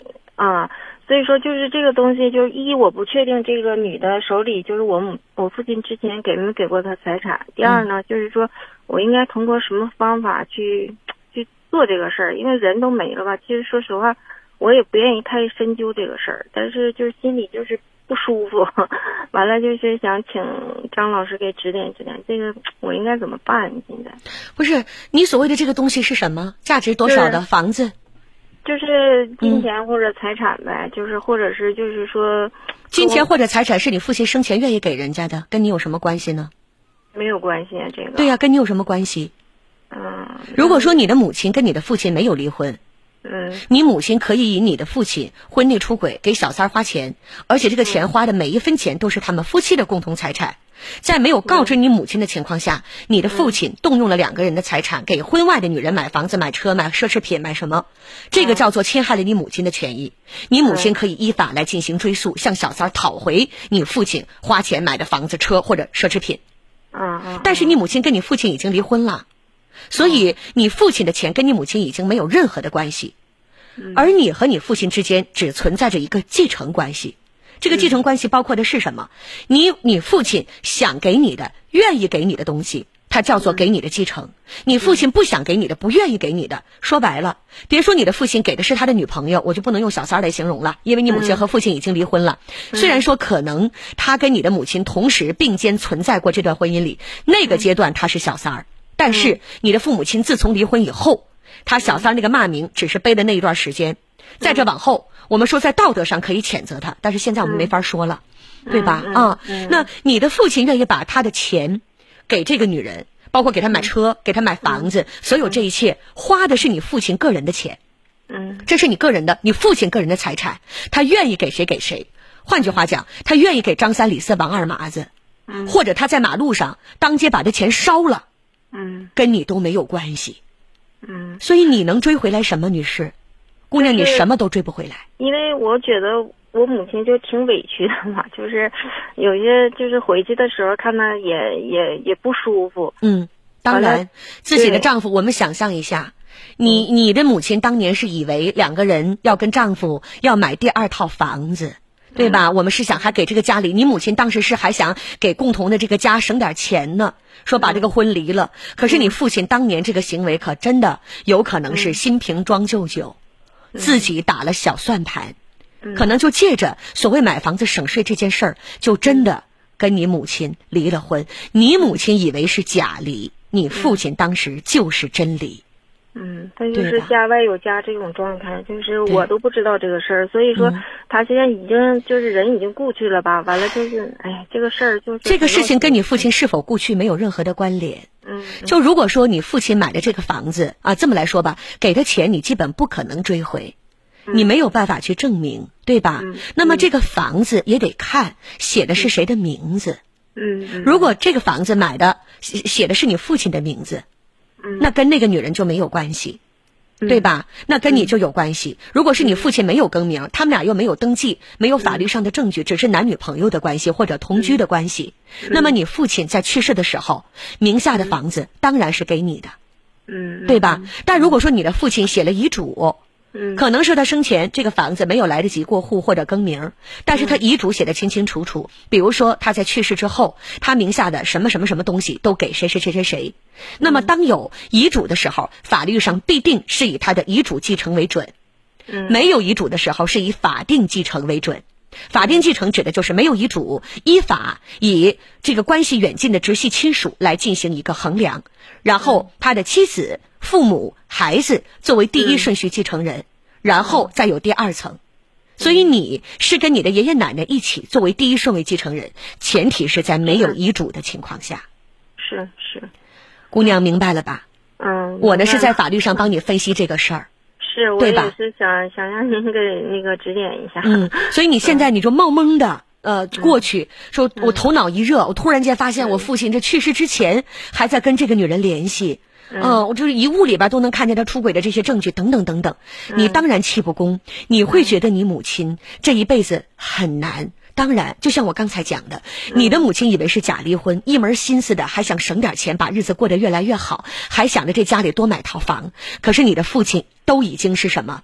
啊。所以说，就是这个东西，就是一我不确定这个女的手里就是我母我父亲之前给没给过她财产。第二呢，嗯、就是说我应该通过什么方法去去做这个事儿？因为人都没了吧。其实说实话，我也不愿意太深究这个事儿，但是就是心里就是不舒服。完了就是想请张老师给指点指点，这个我应该怎么办？现在不是你所谓的这个东西是什么？价值多少的房子？ 就是金钱或者财产呗，嗯、就是或者是就是说， 金钱或者财产是你父亲生前愿意给人家的，跟你有什么关系呢？ 没有关系啊，这个。 对呀、啊，跟你有什么关系？ 嗯。 如果说你的母亲跟你的父亲没有离婚， 嗯， 你母亲可以以你的父亲婚内出轨给小三儿花钱，而且这个钱花的每一分钱都是他们夫妻的共同财产。在没有告知你母亲的情况下，你的父亲动用了两个人的财产，给婚外的女人买房子、买车、买奢侈品、买什么，这个叫做侵害了你母亲的权益。你母亲可以依法来进行追诉，向小三儿讨回你父亲花钱买的房子、车或者奢侈品。 嗯， 但是你母亲跟你父亲已经离婚了，所以你父亲的钱跟你母亲已经没有任何的关系，而你和你父亲之间只存在着一个继承关系。这个继承关系包括的是什么？你你父亲想给你的、愿意给你的东西，它叫做给你的继承。你父亲不想给你的、不愿意给你的，说白了，别说你的父亲给的是他的女朋友，我就不能用小三儿来形容了，因为你母亲和父亲已经离婚了。虽然说可能他跟你的母亲同时并肩存在过这段婚姻里，那个阶段他是小三儿，但是你的父母亲自从离婚以后，他小三儿那个骂名只是背的那一段时间，在这往后我们说在道德上可以谴责他，但是现在我们没法说了，嗯、对吧？啊、嗯嗯，那你的父亲愿意把他的钱给这个女人，包括给她买车、嗯、给她买房子、嗯，所有这一切花的是你父亲个人的钱， 嗯， 这是你个人的，你父亲个人的财产，他愿意给谁给谁。换句话讲，他愿意给张三李四王二麻子， 嗯， 或者他在马路上当街把这钱烧了， 嗯， 跟你都没有关系， 嗯， 所以你能追回来什么，女士？姑娘，你什么都追不回来。 因为我觉得我母亲就挺委屈的嘛，就是有些就是回去的时候看她也也也不舒服。 嗯，当然，自己的丈夫，我们想象一下，你你的母亲当年是以为两个人要跟丈夫要买第二套房子，对吧？嗯、我们是想还给这个家里，你母亲当时是还想给共同的这个家省点钱呢，说把这个婚离了。嗯、可是你父亲当年这个行为可真的有可能是新瓶装旧酒。嗯、自己打了小算盘，嗯、可能就借着所谓买房子省税这件事儿，就真的跟你母亲离了婚。你母亲以为是假离，你父亲当时就是真离。 嗯，他就是家外有家这种状态，就是我都不知道这个事儿，所以说他现在已经就是人已经故去了吧，完了就是，哎，这个事儿就是这个事情跟你父亲是否故去没有任何的关联。 嗯， 就如果说你父亲买的这个房子啊，这么来说吧，给的钱你基本不可能追回， 嗯、 你没有办法去证明，对吧？ 嗯、 那么这个房子也得看写的是谁的名字。 嗯，嗯如果这个房子买的写写的是你父亲的名字， 嗯、 那跟那个女人就没有关系。对吧？那跟你就有关系。如果是你父亲没有更名，他们俩又没有登记，没有法律上的证据，只是男女朋友的关系或者同居的关系，那么你父亲在去世的时候名下的房子当然是给你的， 嗯， 对吧？但如果说你的父亲写了遗嘱， 嗯， 可能是他生前这个房子没有来得及过户或者更名，但是他遗嘱写得清清楚楚，比如说他在去世之后，他名下的什么什么什么东西都给谁谁谁谁谁。那么当有遗嘱的时候，法律上必定是以他的遗嘱继承为准， 嗯， 没有遗嘱的时候是以法定继承为准。法定继承指的就是没有遗嘱，依法以这个关系远近的直系亲属来进行一个衡量，然后他的妻子、父母、孩子作为第一顺序继承人，嗯、然后再有第二层。所以你是跟你的爷爷奶奶一起作为第一顺位继承人，前提是在没有遗嘱的情况下。 是是， 姑娘明白了吧？ 嗯， 我呢是在法律上帮你分析这个事儿。 是，我也是想想让您给那个指点一下。 嗯，所以你现在你就懵懵的，呃，过去说，我头脑一热，我突然间发现我父亲这去世之前还在跟这个女人联系，嗯，我就是遗物里边都能看见他出轨的这些证据，等等等等。你当然气不公，你会觉得你母亲这一辈子很难。当然，就像我刚才讲的，你的母亲以为是假离婚，一门心思的还想省点钱，把日子过得越来越好，还想着这家里多买套房。可是你的父亲都已经是什么？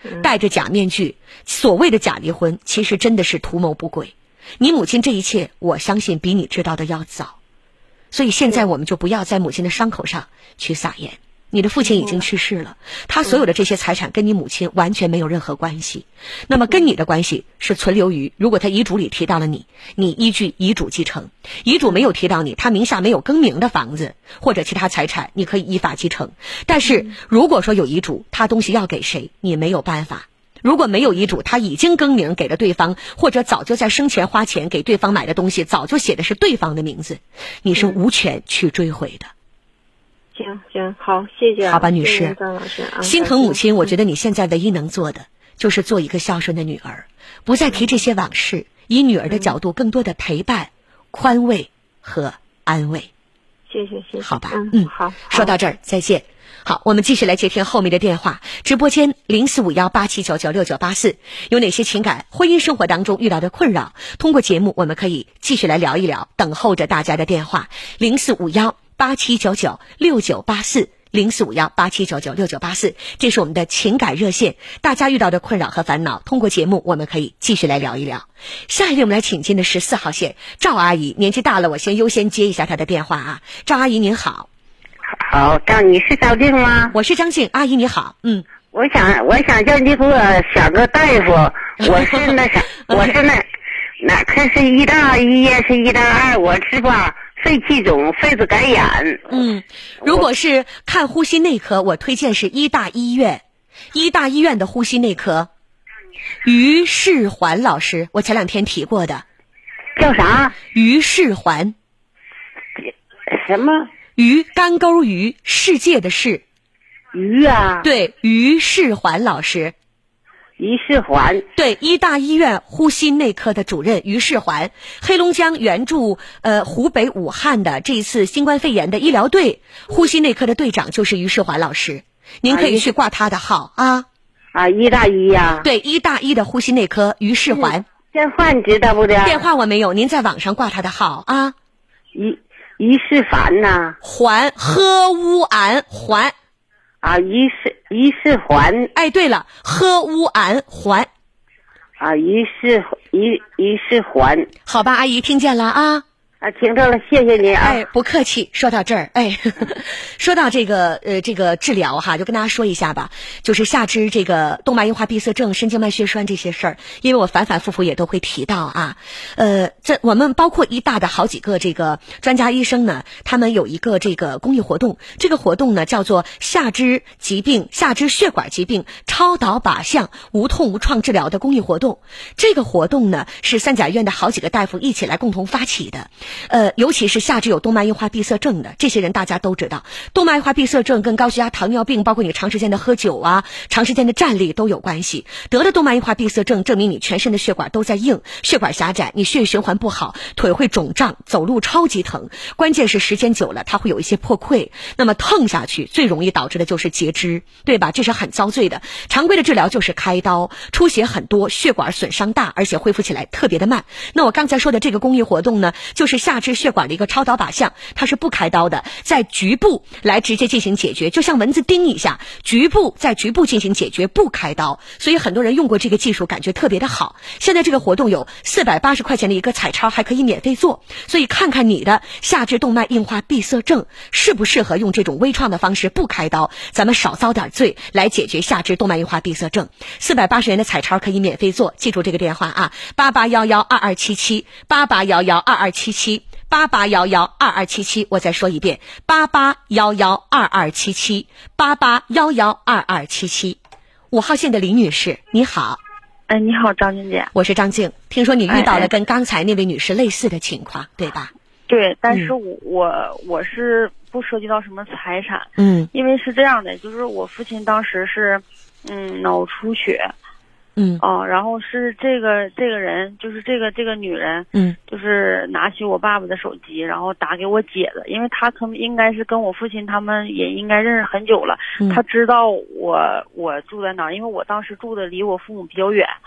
戴着假面具，所谓的假离婚，其实真的是图谋不轨。你母亲这一切，我相信比你知道的要早。所以现在我们就不要在母亲的伤口上去撒盐。你的父亲已经去世了，他所有的这些财产跟你母亲完全没有任何关系。那么跟你的关系是存留于，如果他遗嘱里提到了你，你依据遗嘱继承；遗嘱没有提到你，他名下没有更名的房子或者其他财产，你可以依法继承。但是如果说有遗嘱，他东西要给谁，你没有办法。如果没有遗嘱，他已经更名给了对方，或者早就在生前花钱给对方买的东西早就写的是对方的名字，你是无权去追回的。 行行，好，谢谢。 好吧，女士， 张老师啊， 心疼母亲，我觉得你现在唯一能做的就是做一个孝顺的女儿，不再提这些往事，以女儿的角度更多的陪伴、宽慰和安慰。 谢谢谢谢。 好吧， 嗯， 嗯好。 说到这儿，再见。好，我们继续来接听后面的电话。直播间零四五幺八七九九六九八四，有哪些情感、婚姻生活当中遇到的困扰？通过节目，我们可以继续来聊一聊，等候着大家的电话。零四五幺八七九九六九八四，零四五幺八七九九六九八四，这是我们的情感热线。大家遇到的困扰和烦恼，通过节目我们可以继续来聊一聊。下一位我们来请进的十四号线，赵阿姨，年纪大了，我先优先接一下她的电话啊。赵阿姨您好。 好，张，你是赵静吗？ 我是张静，阿姨你好。嗯， 我想，我想叫你给我选个大夫。我是那啥，我是那，那可是医大医院是医大二，我是吧，肺气肿，肺子感染。 嗯，如果是看呼吸内科，我推荐是医大医院，医大医院的呼吸内科，于世环老师，我前两天提过的。 叫啥？ 于世环。 什么？ 于干钩于世界的世， 于啊， 对，于世环老师， 于世环， 对，医大医院呼吸内科的主任于世环，黑龙江援助呃湖北武汉的这一次新冠肺炎的医疗队呼吸内科的队长就是于世环老师，您可以去挂他的号啊。 啊，医大医呀、啊， 对，医大医的呼吸内科于世环。 电话你知道不的？ 电话我没有，您在网上挂他的号啊。 于于世凡呐， 环呵乌安环， 啊，于世于世环， 哎，对了，呵乌安环， 啊，于世于于世环， 好吧，阿姨听见了啊。 啊，听到了，谢谢您啊！ 哎，不客气。说到这儿，哎，呵呵说到这个呃这个治疗哈，就跟大家说一下吧，就是下肢这个动脉硬化闭塞症、神经脉血栓这些事儿，因为我反反复复也都会提到啊。呃，这我们包括医大的好几个这个专家医生呢，他们有一个这个公益活动，这个活动呢叫做下肢疾病、下肢血管疾病超导靶向无痛无创治疗的公益活动。这个活动呢是三甲医院的好几个大夫一起来共同发起的。呃，尤其是下肢有动脉硬化闭塞症的这些人，大家都知道，动脉硬化闭塞症跟高血压、糖尿病，包括你长时间的喝酒啊、长时间的站立都有关系。得了动脉硬化闭塞症，证明你全身的血管都在硬，血管狭窄，你血液循环不好，腿会肿胀，走路超级疼。关键是时间久了，它会有一些破溃，那么疼下去，最容易导致的就是截肢，对吧？这是很遭罪的。常规的治疗就是开刀，出血很多，血管损伤大，而且恢复起来特别的慢。那我刚才说的这个公益活动呢，就是下肢血管的一个超导靶向，它是不开刀的，在局部来直接进行解决，就像蚊子叮一下，局部在局部进行解决，不开刀。所以很多人用过这个技术，感觉特别的好。现在这个活动有四百八十块钱的一个彩超，还可以免费做。所以看看你的下肢动脉硬化闭塞症适不适合用这种微创的方式不开刀，咱们少遭点罪，来解决下肢动脉硬化闭塞症。四百八十元的彩超可以免费做，记住这个电话啊，八八幺幺二二七七，八八幺幺二二七七。八八幺幺二二七七，我再说一遍，八八幺幺二二七七，八八幺幺二二七七。五号线的李女士，你好。 哎，你好，张静姐。 我是张静，听说你遇到了跟刚才那位女士类似的情况，哎哎对吧？ 对，但是我、嗯、我我是不涉及到什么财产， 嗯， 因为是这样的，就是我父亲当时是嗯脑出血。 嗯哦，然后是这个这个人，就是这个这个女人， 嗯， 就是拿起我爸爸的手机，然后打给我姐的，因为她可能应该是跟我父亲他们也应该认识很久了， 嗯、 她知道我我住在哪儿，因为我当时住的离我父母比较远，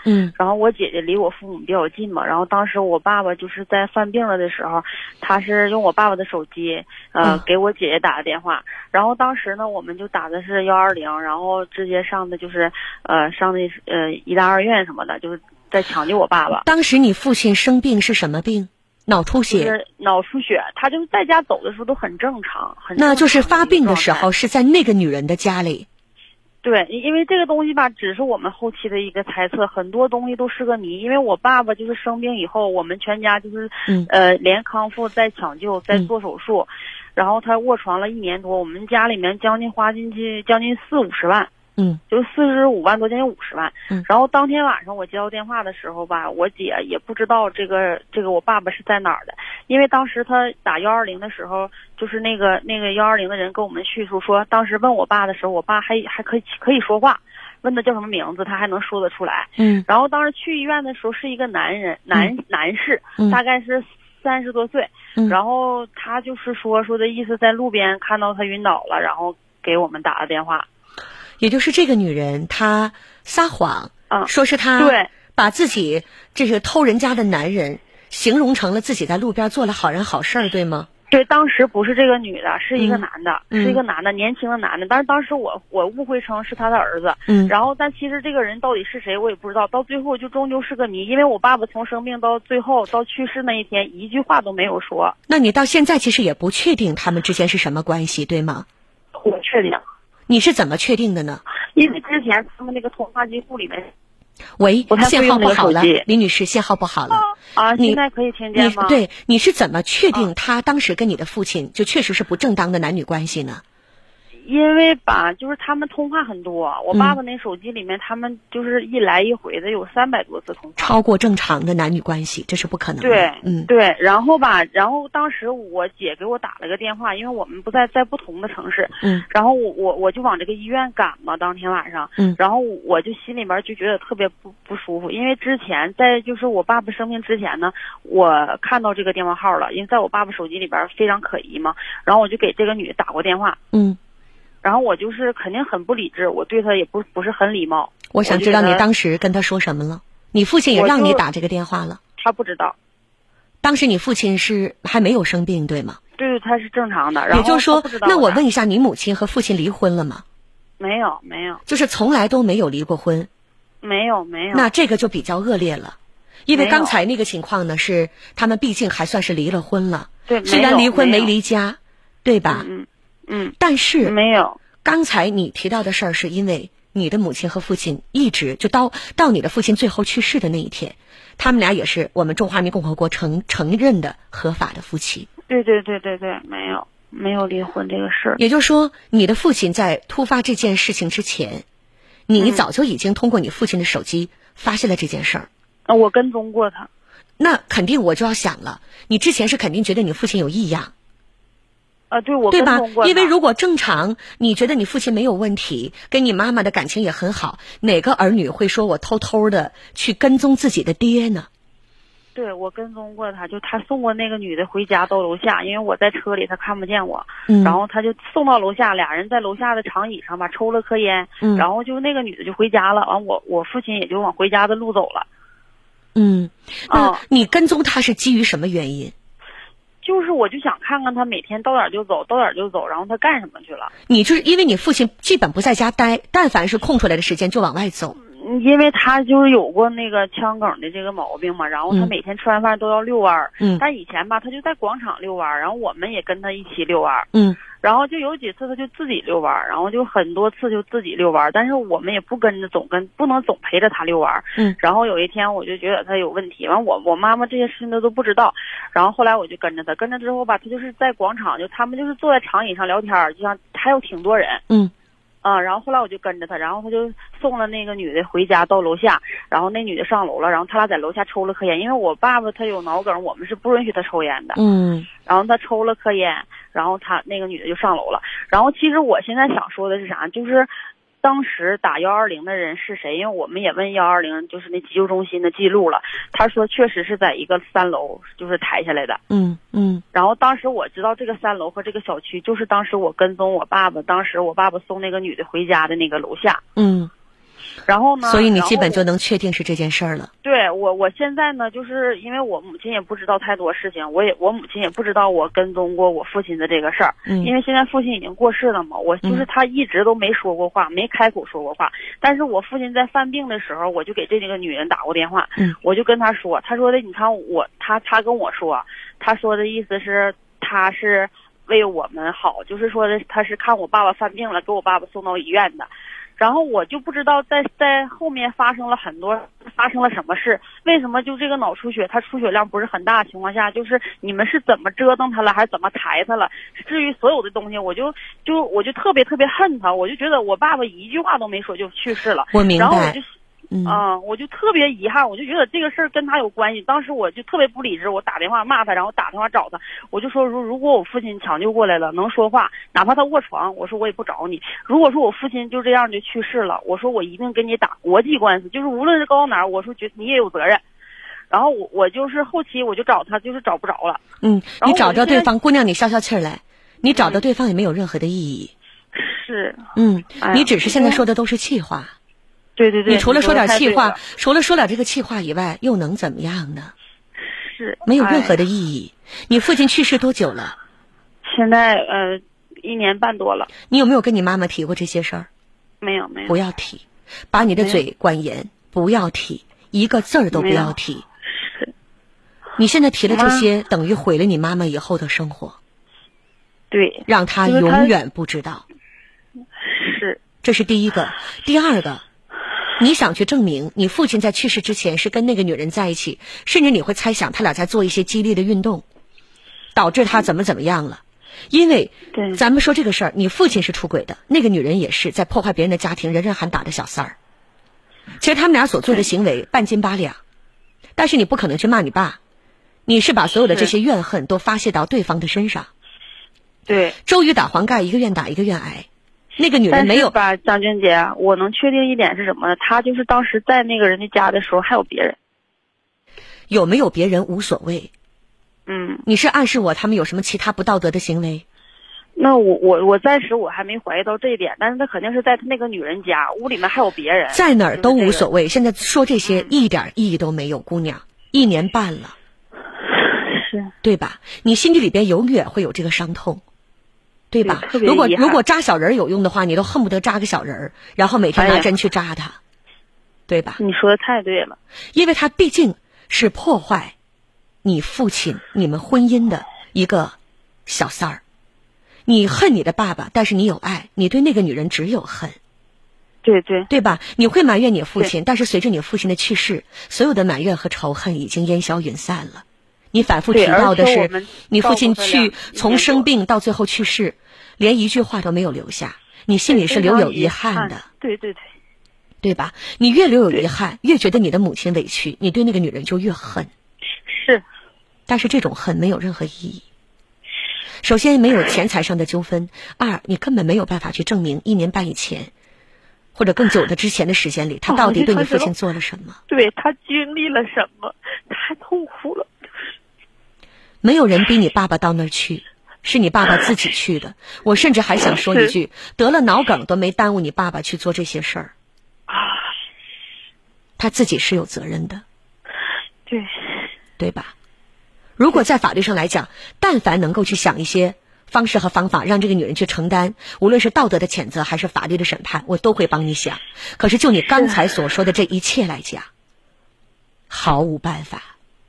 嗯，然后我姐姐离我父母比较近嘛，然后当时我爸爸就是在犯病了的时候，他是用我爸爸的手机，呃， 嗯、 给我姐姐打的电话，然后当时呢，我们就打的是幺二零，然后直接上的就是呃上的呃医大二院什么的，就是在抢救我爸爸。 当时你父亲生病是什么病？脑出血。 就是脑出血，他就是在家走的时候都很正常，很正常。 那就是发病的时候是在那个女人的家里。 对，因为这个东西吧，只是我们后期的一个猜测，很多东西都是个谜。因为我爸爸就是生病以后，我们全家就是， 嗯、 呃，连康复、再抢救、再做手术，嗯、然后他卧床了一年多，我们家里面将近花进去将近四五十万。 嗯， 就四十五万多，将近五十万。 嗯， 然后当天晚上我接到电话的时候吧，我姐也不知道这个这个我爸爸是在哪儿的，因为当时他打幺二零的时候，就是那个那个幺二零的人跟我们叙述说，当时问我爸的时候，我爸还还可以可以说话，问他叫什么名字，他还能说得出来。 嗯， 然后当时去医院的时候是一个男人，男、嗯、男士， 嗯、 大概是三十多岁。 嗯， 然后他就是说说的意思，在路边看到他晕倒了，然后给我们打的电话。 也就是这个女人，她撒谎， 啊， 说是她对把自己这个偷人家的男人形容成了自己在路边做了好人好事儿，对吗？ 对，当时不是这个女的，是一个男的， 嗯、 是一个男的，年轻的男的。但是当时我我误会成是他的儿子， 嗯， 然后但其实这个人到底是谁我也不知道，到最后就终究是个谜。因为我爸爸从生病到最后到去世那一天，一句话都没有说。 那你到现在其实也不确定他们之间是什么关系，对吗？ 我确定。 你是怎么确定的呢？ 因为之前他们那个通话记录里面， 喂，信号不好了，李女士，信号不好了啊！你现在可以听见吗？ 对，你是怎么确定他当时跟你的父亲就确实是不正当的男女关系呢？ 因为吧，就是他们通话很多，我爸爸那手机里面，他们就是一来一回的有三百多次通话， 超过正常的男女关系，这是不可能的。 对， 嗯， 对。然后吧，然后当时我姐给我打了个电话，因为我们不在在不同的城市， 嗯， 然后我我我就往这个医院赶嘛，当天晚上， 嗯， 然后我就心里边就觉得特别不不舒服，因为之前在就是我爸爸生病之前呢，我看到这个电话号了，因为在我爸爸手机里边非常可疑嘛，然后我就给这个女的打过电话， 嗯。 然后我就是肯定很不理智，我对他也不不是很礼貌。 我想知道你当时跟他说什么了？你父亲也让你打这个电话了？ 他不知道。 当时你父亲是还没有生病，对吗？ 对，他是正常的。然后也就是说，那我我问一下，你母亲和父亲离婚了吗？ 没有，没有。 就是从来都没有离过婚？ 没有，没有。 那这个就比较恶劣了，因为刚才那个情况呢是他们毕竟还算是离了婚了。 对， 虽然离婚没离家，对吧？ 嗯嗯。 但是没有。 刚才你提到的事儿，是因为你的母亲和父亲一直就到到你的父亲最后去世的那一天，他们俩也是我们中华人民共和国承承认的合法的夫妻。 对对对对对，没有没有离婚这个事儿。 也就是说，你的父亲在突发这件事情之前，你早就已经通过你父亲的手机发现了这件事儿。 嗯，我跟踪过他。 那肯定我就要想了，你之前是肯定觉得你父亲有异样。 啊，对，我对吧？因为如果正常，你觉得你父亲没有问题，跟你妈妈的感情也很好，哪个儿女会说我偷偷的去跟踪自己的爹呢？ 对，我跟踪过他，就他送过那个女的回家到楼下，因为我在车里，他看不见我， 嗯、 然后他就送到楼下，俩人在楼下的长椅上吧抽了颗烟， 嗯、 然后就那个女的就回家了，完我我父亲也就往回家的路走了。 嗯，那啊， 你跟踪他是基于什么原因？ 就是我就想看看他每天到点就走，到点就走，然后他干什么去了？ 你就是因为你父亲基本不在家待，但凡是空出来的时间就往外走。 因为他就是有过那个腔梗的这个毛病嘛，然后他每天吃完饭都要遛弯儿。 嗯。 但以前吧，他就在广场遛弯儿，然后我们也跟他一起遛弯儿。 嗯。 然后就有几次他就自己遛弯儿，然后就很多次就自己遛弯儿，但是我们也不跟着总跟，不能总陪着他遛弯儿。 嗯。 然后有一天我就觉得他有问题，完我我妈妈这些事情他都不知道，然后后来我就跟着他，跟着之后吧，他就是在广场，就他们就是坐在长椅上聊天，就像还有挺多人。 嗯。 啊，然后后来我就跟着他，然后他就送了那个女的回家到楼下，然后那女的上楼了，然后他俩在楼下抽了颗烟，因为我爸爸他有脑梗，我们是不允许他抽烟的。 嗯。 然后他抽了颗烟，然后他那个女的就上楼了。然后其实我现在想说的是啥，就是当时打幺二零的人是谁？因为我们也问幺二零，就是那急救中心的记录了，他说确实是在一个三楼就是抬下来的。 嗯嗯。 然后当时我知道这个三楼和这个小区，就是当时我跟踪我爸爸，当时我爸爸送那个女的回家的那个楼下。 嗯。 然后呢， 所以你基本就能确定是这件事儿了。 对我，我现在呢，就是因为我母亲也不知道太多事情，我也我母亲也不知道我跟踪过我父亲的这个事儿。嗯，因为现在父亲已经过世了嘛，我就是他一直都没说过话，嗯、没开口说过话。但是我父亲在犯病的时候，我就给这几个女人打过电话，嗯，我就跟他说，他说的，你看我，他他跟我说，他说的意思是他是为我们好，就是说的他是看我爸爸犯病了，给我爸爸送到医院的。然后我就不知道在在后面发生了很多发生了什么事，为什么就这个脑出血，他出血量不是很大的情况下，就是你们是怎么折腾他了，还是怎么抬他了？至于所有的东西，我就就我就特别特别恨他，我就觉得我爸爸一句话都没说就去世了。 我明白。 然后我就嗯、呃，我就特别遗憾，我就觉得这个事儿跟他有关系。当时我就特别不理智，我打电话骂他，然后打电话找他，我就说如如果我父亲抢救过来了，能说话，哪怕他卧床，我说我也不找你。如果说我父亲就这样就去世了，我说我一定跟你打国际官司，就是无论是告到哪儿，我说觉你也有责任。然后我我就是后期我就找他，就是找不着了。 嗯，你找着对方，姑娘你消消气儿来，你找着对方也没有任何的意义。 是。 嗯，哎、你只是现在说的都是气话。 对对对， 你除了说点气话，除了说点这个气话以外，又能怎么样呢？ 是， 没有任何的意义。哎、你父亲去世多久了？ 现在呃一年半多了。 你有没有跟你妈妈提过这些事儿？ 没有没有。 不要提，把你的嘴管严，不要提，一个字儿都不要提。 是。 你现在提了这些，等于毁了你妈妈以后的生活。 对。 让她永远不知道。 是。 这是第一个，第二个。你想去证明你父亲在去世之前是跟那个女人在一起，甚至你会猜想他俩在做一些激烈的运动，导致他怎么怎么样了。因为咱们说这个事儿，你父亲是出轨的，那个女人也是在破坏别人的家庭，人人喊打的小三儿。其实他们俩所做的行为半斤八两，但是你不可能去骂你爸，你是把所有的这些怨恨都发泄到对方的身上。 对， 周瑜打黄盖，一个愿打一个愿挨。那个女人没有吧，张娟姐，我能确定一点是什么呢？她就是当时在那个人家家的时候还有别人， 有没有别人无所谓。 嗯， 你是暗示我他们有什么其他不道德的行为？ 那我我我暂时我还没怀疑到这一点，但是他肯定是在他那个女人家，屋里面还有别人， 在哪儿都无所谓。就是这个、现在说这些一点意义都没有，姑娘，一年半了， 是对吧？你心底里边永远会有这个伤痛。对吧？如果如果扎小人有用的话，你都恨不得扎个小人，然后每天拿针去扎他，哎、对吧？ 你说的太对了， 因为他毕竟是破坏你父亲、你们婚姻的一个小三儿。你恨你的爸爸，但是你有爱，你对那个女人只有恨。 对对， 对吧？你会埋怨你父亲，但是随着你父亲的去世，所有的埋怨和仇恨已经烟消云散了。你反复提到的是，你父亲去从生病到最后去世，连一句话都没有留下，你心里是留有遗憾的。 对对对， 对吧？你越留有遗憾，越觉得你的母亲委屈，你对那个女人就越恨。 是， 但是这种恨没有任何意义。首先，没有钱财上的纠纷；二，你根本没有办法去证明一年半以前，或者更久的之前的时间里，他到底对你父亲做了什么？ 对他经历了什么？太痛苦了。 没有人逼你爸爸到那儿去，是你爸爸自己去的。我甚至还想说一句，得了脑梗都没耽误你爸爸去做这些事儿。他自己是有责任的。 对， 对吧？如果在法律上来讲，但凡能够去想一些方式和方法，让这个女人去承担，无论是道德的谴责还是法律的审判，我都会帮你想。可是就你刚才所说的这一切来讲，毫无办法。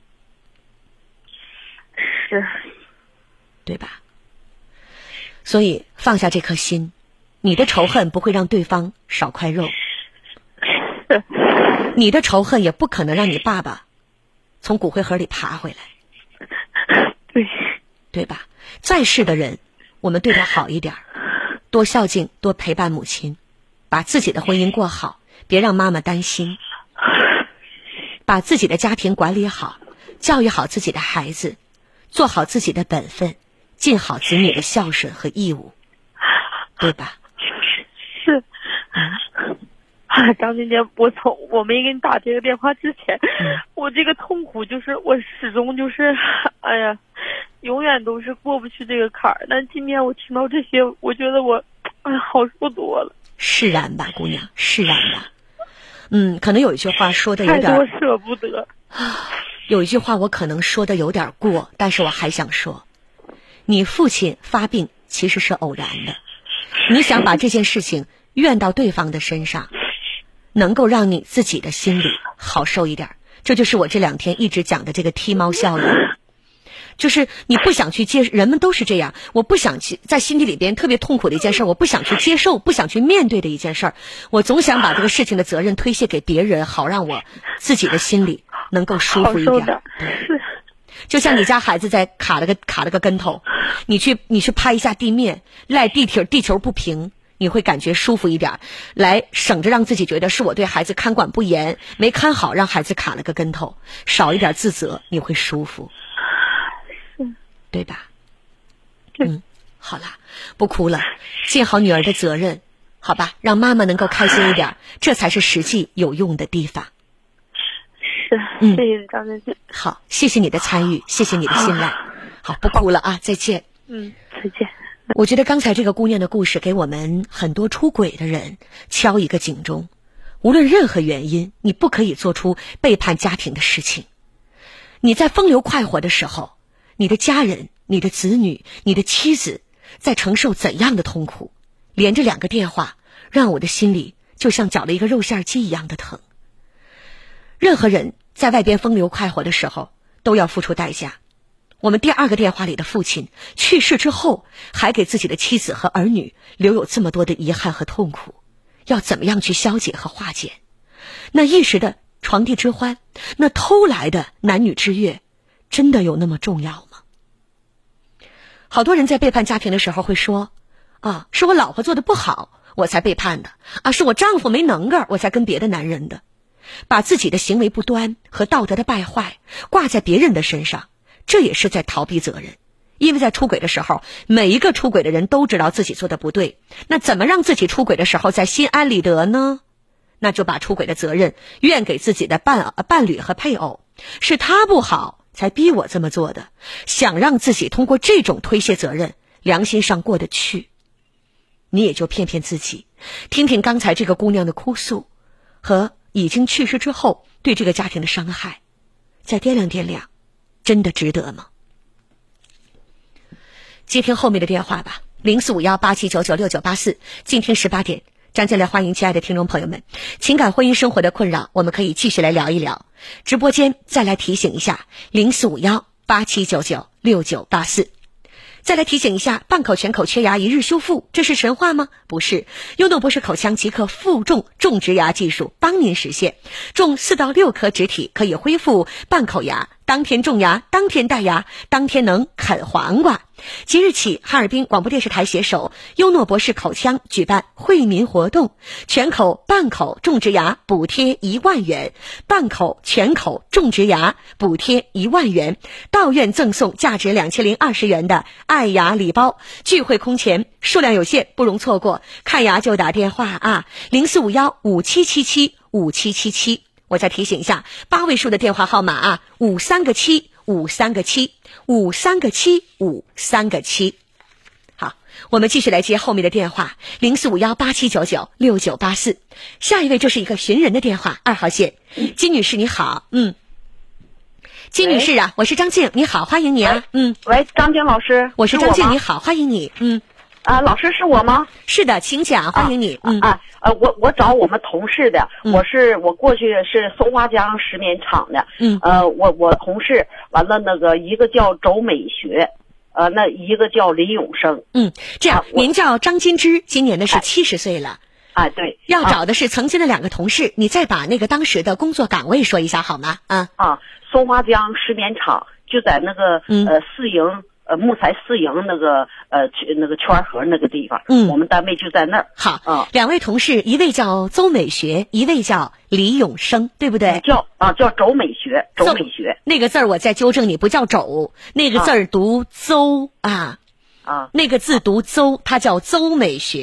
是， 对吧？所以放下这颗心，你的仇恨不会让对方少块肉，你的仇恨也不可能让你爸爸从骨灰盒里爬回来。 对， 对吧？在世的人，我们对他好一点，多孝敬，多陪伴母亲，把自己的婚姻过好，别让妈妈担心，把自己的家庭管理好，教育好自己的孩子，做好自己的本分，尽好子女的孝顺和义务，对吧？ 是。啊，张俊杰，我从我没给你打这个电话之前，嗯、我这个痛苦就是我始终就是，哎呀，永远都是过不去这个坎儿。但今天我听到这些，我觉得我，哎呀，好受多了。 释然吧，姑娘，释然吧。 嗯，可能有一句话说的有点太多舍不得。 有一句话我可能说的有点过，但是我还想说，你父亲发病其实是偶然的，你想把这件事情怨到对方的身上，能够让你自己的心里好受一点。这就是我这两天一直讲的这个踢猫效应，就是你不想去接，人们都是这样，我不想去在心底里边特别痛苦的一件事，我不想去接受，不想去面对的一件事，我总想把这个事情的责任推卸给别人，好让我自己的心里能够舒服一点。就像你家孩子在卡了个卡了个跟头，你去你去拍一下地面，赖地球地球不平，你会感觉舒服一点，来省着让自己觉得是我对孩子看管不严，没看好让孩子卡了个跟头，少一点自责，你会舒服，对吧？嗯，好啦，不哭了，尽好女儿的责任，好吧，让妈妈能够开心一点，这才是实际有用的地方。 是， 嗯， 谢谢张姐姐。 好，谢谢你的参与，谢谢你的信赖。好，不哭了啊，再见。 嗯，再见。 我觉得刚才这个姑娘的故事给我们很多出轨的人敲一个警钟，无论任何原因，你不可以做出背叛家庭的事情。你在风流快活的时候，你的家人、你的子女、你的妻子在承受怎样的痛苦？连着两个电话，让我的心里就像绞了一个肉馅鸡一样的疼。任何人在外边风流快活的时候都要付出代价。我们第二个电话里的父亲去世之后，还给自己的妻子和儿女留有这么多的遗憾和痛苦，要怎么样去消解和化解？那一时的床笫之欢，那偷来的男女之悦，真的有那么重要吗？好多人在背叛家庭的时候会说，啊，是我老婆做的不好，我才背叛的，啊，是我丈夫没能个，我才跟别的男人的。把自己的行为不端和道德的败坏挂在别人的身上，这也是在逃避责任。因为在出轨的时候，每一个出轨的人都知道自己做的不对，那怎么让自己出轨的时候在心安理得呢？那就把出轨的责任怨给自己的伴伴侣和配偶，是他不好才逼我这么做的，想让自己通过这种推卸责任良心上过得去。你也就骗骗自己，听听刚才这个姑娘的哭诉和已经去世之后对这个家庭的伤害，再掂量掂量，真的值得吗？接听后面的电话吧，零四五幺八七九九六九八四，静听十八点，张建来欢迎亲爱的听众朋友们。情感婚姻生活的困扰，我们可以继续来聊一聊。直播间再来提醒一下，零四五幺八七九九六九八四。再来提醒一下，半口全口缺牙一日修复，这是神话吗？不是，优诺博士口腔即刻负重种植牙技术帮您实现，种四到六颗植体可以恢复半口牙，当天种牙，当天戴牙，当天能啃黄瓜。即日起，哈尔滨广播电视台携手优诺博士口腔举办惠民活动，全口半口种植牙补贴一万元，半口全口种植牙补贴一万元，到院赠送价值两千零二十元的爱牙礼包。聚会空前，数量有限，不容错过。看牙就打电话啊，零四五幺五七七七五七七七。我再提醒一下，八位数的电话号码啊，五三个七五三个七五三个七五三个七。好，我们继续来接后面的电话，零四五幺八七九九六九八四。下一位这是一个寻人的电话，二号线，金女士你好，嗯，金女士啊，我是张静，你好，欢迎你啊，嗯， 喂，张静老师， 我是张静，你好，欢迎你，嗯。 啊，老师是我吗？ 是的，请讲，欢迎你。嗯啊，呃，我我找我们同事的，嗯、我是我过去是松花江石棉厂的， 嗯， 呃，我我同事完了那个一个叫周美学，呃，那一个叫李永生。 嗯，这样，啊、您叫张金枝，今年的是七十岁了。 啊，对， 要找的是曾经的两个同事，你再把那个当时的工作岗位说一下好吗？啊啊，松花江石棉厂就在那个、嗯、呃四营。呃，木材四营那个呃那个圈河那个地方，嗯，我们单位就在那儿。 好，啊，两位同事，一位叫邹美学，一位叫李永生，对不对？ 叫啊，叫周美学，周美学。 那个字儿我再纠正你，不叫周，那个字儿读邹啊啊，那个字读邹，它叫邹美学。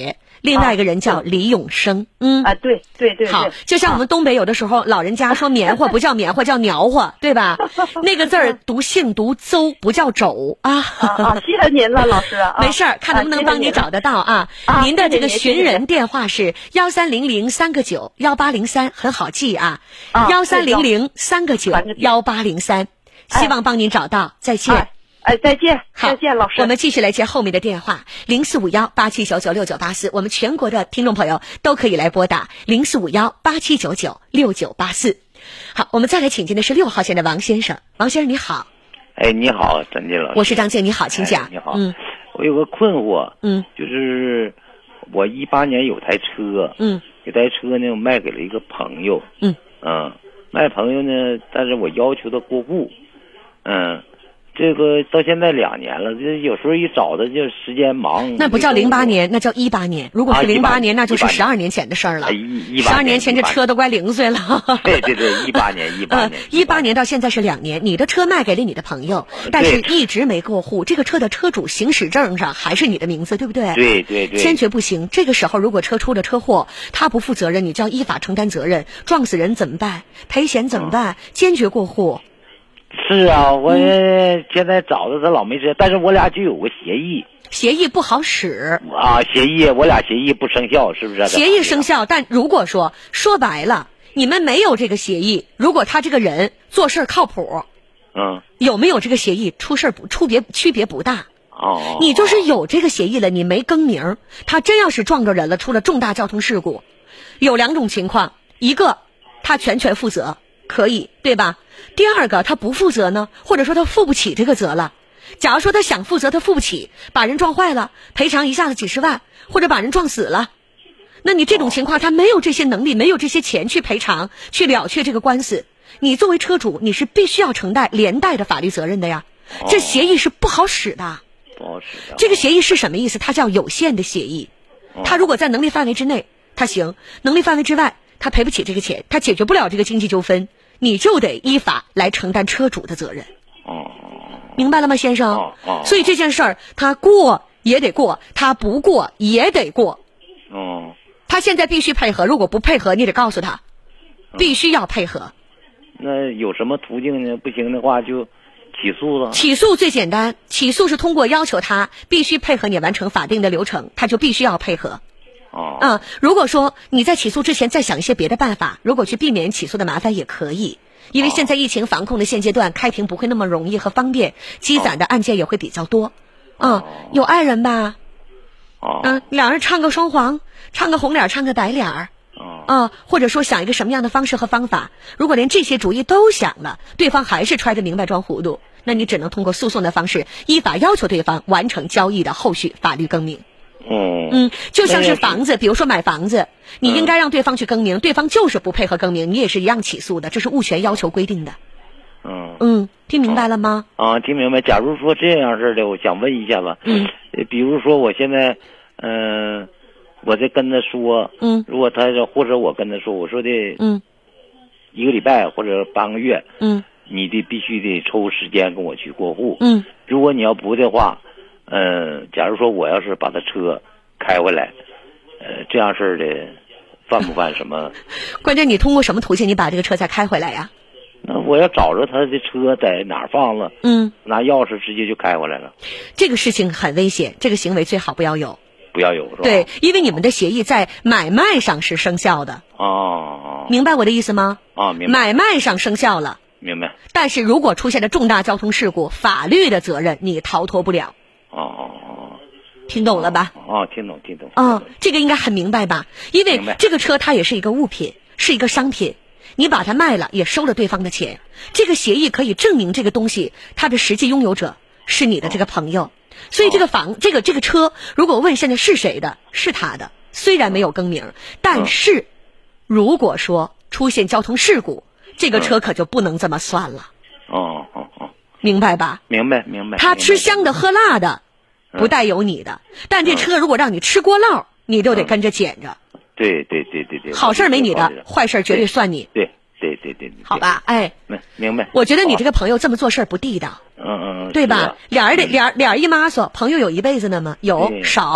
另外一个人叫李永生。嗯啊，对对对。 好，就像我们东北有的时候老人家说棉花不叫棉花叫苗花，对吧？那个字儿读姓读邹，不叫肘啊。 啊，谢谢您了，老师。 没事儿，看能不能帮你找得到啊。您的这个寻人电话是幺三零零三个九幺八零三，很好记啊。幺三零零三个九幺八零三，希望帮您找到。再见。 哎，再见，再见，老师。 我们继续来接后面的电话，零四五幺八七九九六九八四。我们全国的听众朋友都可以来拨打零四五幺八七九九六九八四。好，我们再来请进的是六号线的王先生。王先生你好。 哎，你好，张静老师。 我是张静，你好，请讲。 哎、你好， 嗯， 我有个困惑， 嗯， 就是我一八年有台车， 嗯， 有台车呢，我卖给了一个朋友， 嗯嗯，卖朋友呢，但是我要求他过户，嗯。这个到现在两年了，这有时候一找他就时间忙。 那不叫零八年，那叫一八年。如果是零八年，那就是十二年前的事儿了。十二年前这车都快零岁了。 对对对，一八年，一八年， 一八年到现在是两年。你的车卖给了你的朋友，但是一直没过户。这个车的车主行驶证上还是你的名字，对不对？ 对对对。 坚决不行。这个时候如果车出了车祸，他不负责任，你就要依法承担责任。撞死人怎么办？赔钱怎么办？坚决过户。 是啊，我现在找的他老没车，但是我俩就有个协议， 协议不好使啊，协议我俩协议不生效，是不是？ 协议生效，但如果说说白了，你们没有这个协议，如果他这个人做事靠谱， 嗯， 有没有这个协议出事不出别区别不大。 哦， 你就是有这个协议了，你没更名，他真要是撞着人了，出了重大交通事故，有两种情况，一个他全权负责，可以，对吧？第二个他不负责呢，或者说他负不起这个责了。假如说他想负责，他负不起，把人撞坏了，赔偿一下子几十万，或者把人撞死了，那你这种情况他没有这些能力，没有这些钱去赔偿，去了却这个官司，你作为车主你是必须要承担连带的法律责任的呀。这协议是不好使的。 不好使的。 这个协议是什么意思？它叫有限的协议。他如果在能力范围之内他行，能力范围之外他赔不起这个钱，他解决不了这个经济纠纷，你就得依法来承担车主的责任。 哦， 明白了吗，先生？ 哦哦。 所以这件事儿，他过也得过，他不过也得过。 哦。 他现在必须配合，如果不配合，你得告诉他，必须要配合。 那有什么途径呢？不行的话就起诉了。 起诉最简单，起诉是通过要求他必须配合你完成法定的流程，他就必须要配合。 哦。 啊、嗯，如果说你在起诉之前再想一些别的办法，如果去避免起诉的麻烦也可以，因为现在疫情防控的现阶段，开庭不会那么容易和方便，积攒的案件也会比较多。嗯，有爱人吧？ 哦。 嗯，两人唱个双簧，唱个红脸，唱个白脸儿。 哦。 啊，或者说想一个什么样的方式和方法，如果连这些主意都想了，对方还是揣着明白装糊涂，那你只能通过诉讼的方式，依法要求对方完成交易的后续法律更名。 嗯嗯，就像是房子，比如说买房子，你应该让对方去更名，嗯、对方就是不配合更名，你也是一样起诉的，这是物权要求规定的。 嗯嗯，听明白了吗？ 啊，听明白。假如说这样式的，我想问一下吧。 嗯， 比如说我现在，嗯、呃，我在跟他说， 嗯， 如果他或者我跟他说，我说的， 嗯， 一个礼拜或者半个月， 嗯， 你得必须得抽时间跟我去过户。 嗯， 如果你要不的话。嗯、呃，假如说我要是把他车开回来，呃，这样式的犯不犯什么？ 关键你通过什么途径你把这个车再开回来呀？ 那我要找着他的车在哪儿放了， 嗯， 拿钥匙直接就开回来了。 这个事情很危险，这个行为最好不要有。 不要有是吧？ 对，因为你们的协议在买卖上是生效的。 哦， 明白我的意思吗？ 啊，明白。 买卖上生效了， 明白。 但是如果出现了重大交通事故，法律的责任你逃脱不了。 哦哦哦， 听懂了吧？ 哦，听懂听懂。 哦，这个应该很明白吧？因为这个车它也是一个物品，是一个商品，你把它卖了，也收了对方的钱。这个协议可以证明这个东西它的实际拥有者是你的这个朋友，所以这个房、哦、这个这个车，如果问现在是谁的，是他的，虽然没有更名，但是、嗯、如果说出现交通事故，这个车可就不能这么算了。 哦哦哦。 明白吧？ 明白明白。 他吃香的喝辣的，不带有你的，嗯、但这车如果让你吃锅烙，你都得跟着捡着。 嗯、对对对对对。 好事没你的，坏事绝对算你。 对对对对。 好吧，哎， 明白。 我觉得你这个朋友这么做事不地道。 嗯嗯。 对吧？俩人得俩俩一妈说，朋友有一辈子的吗？有少。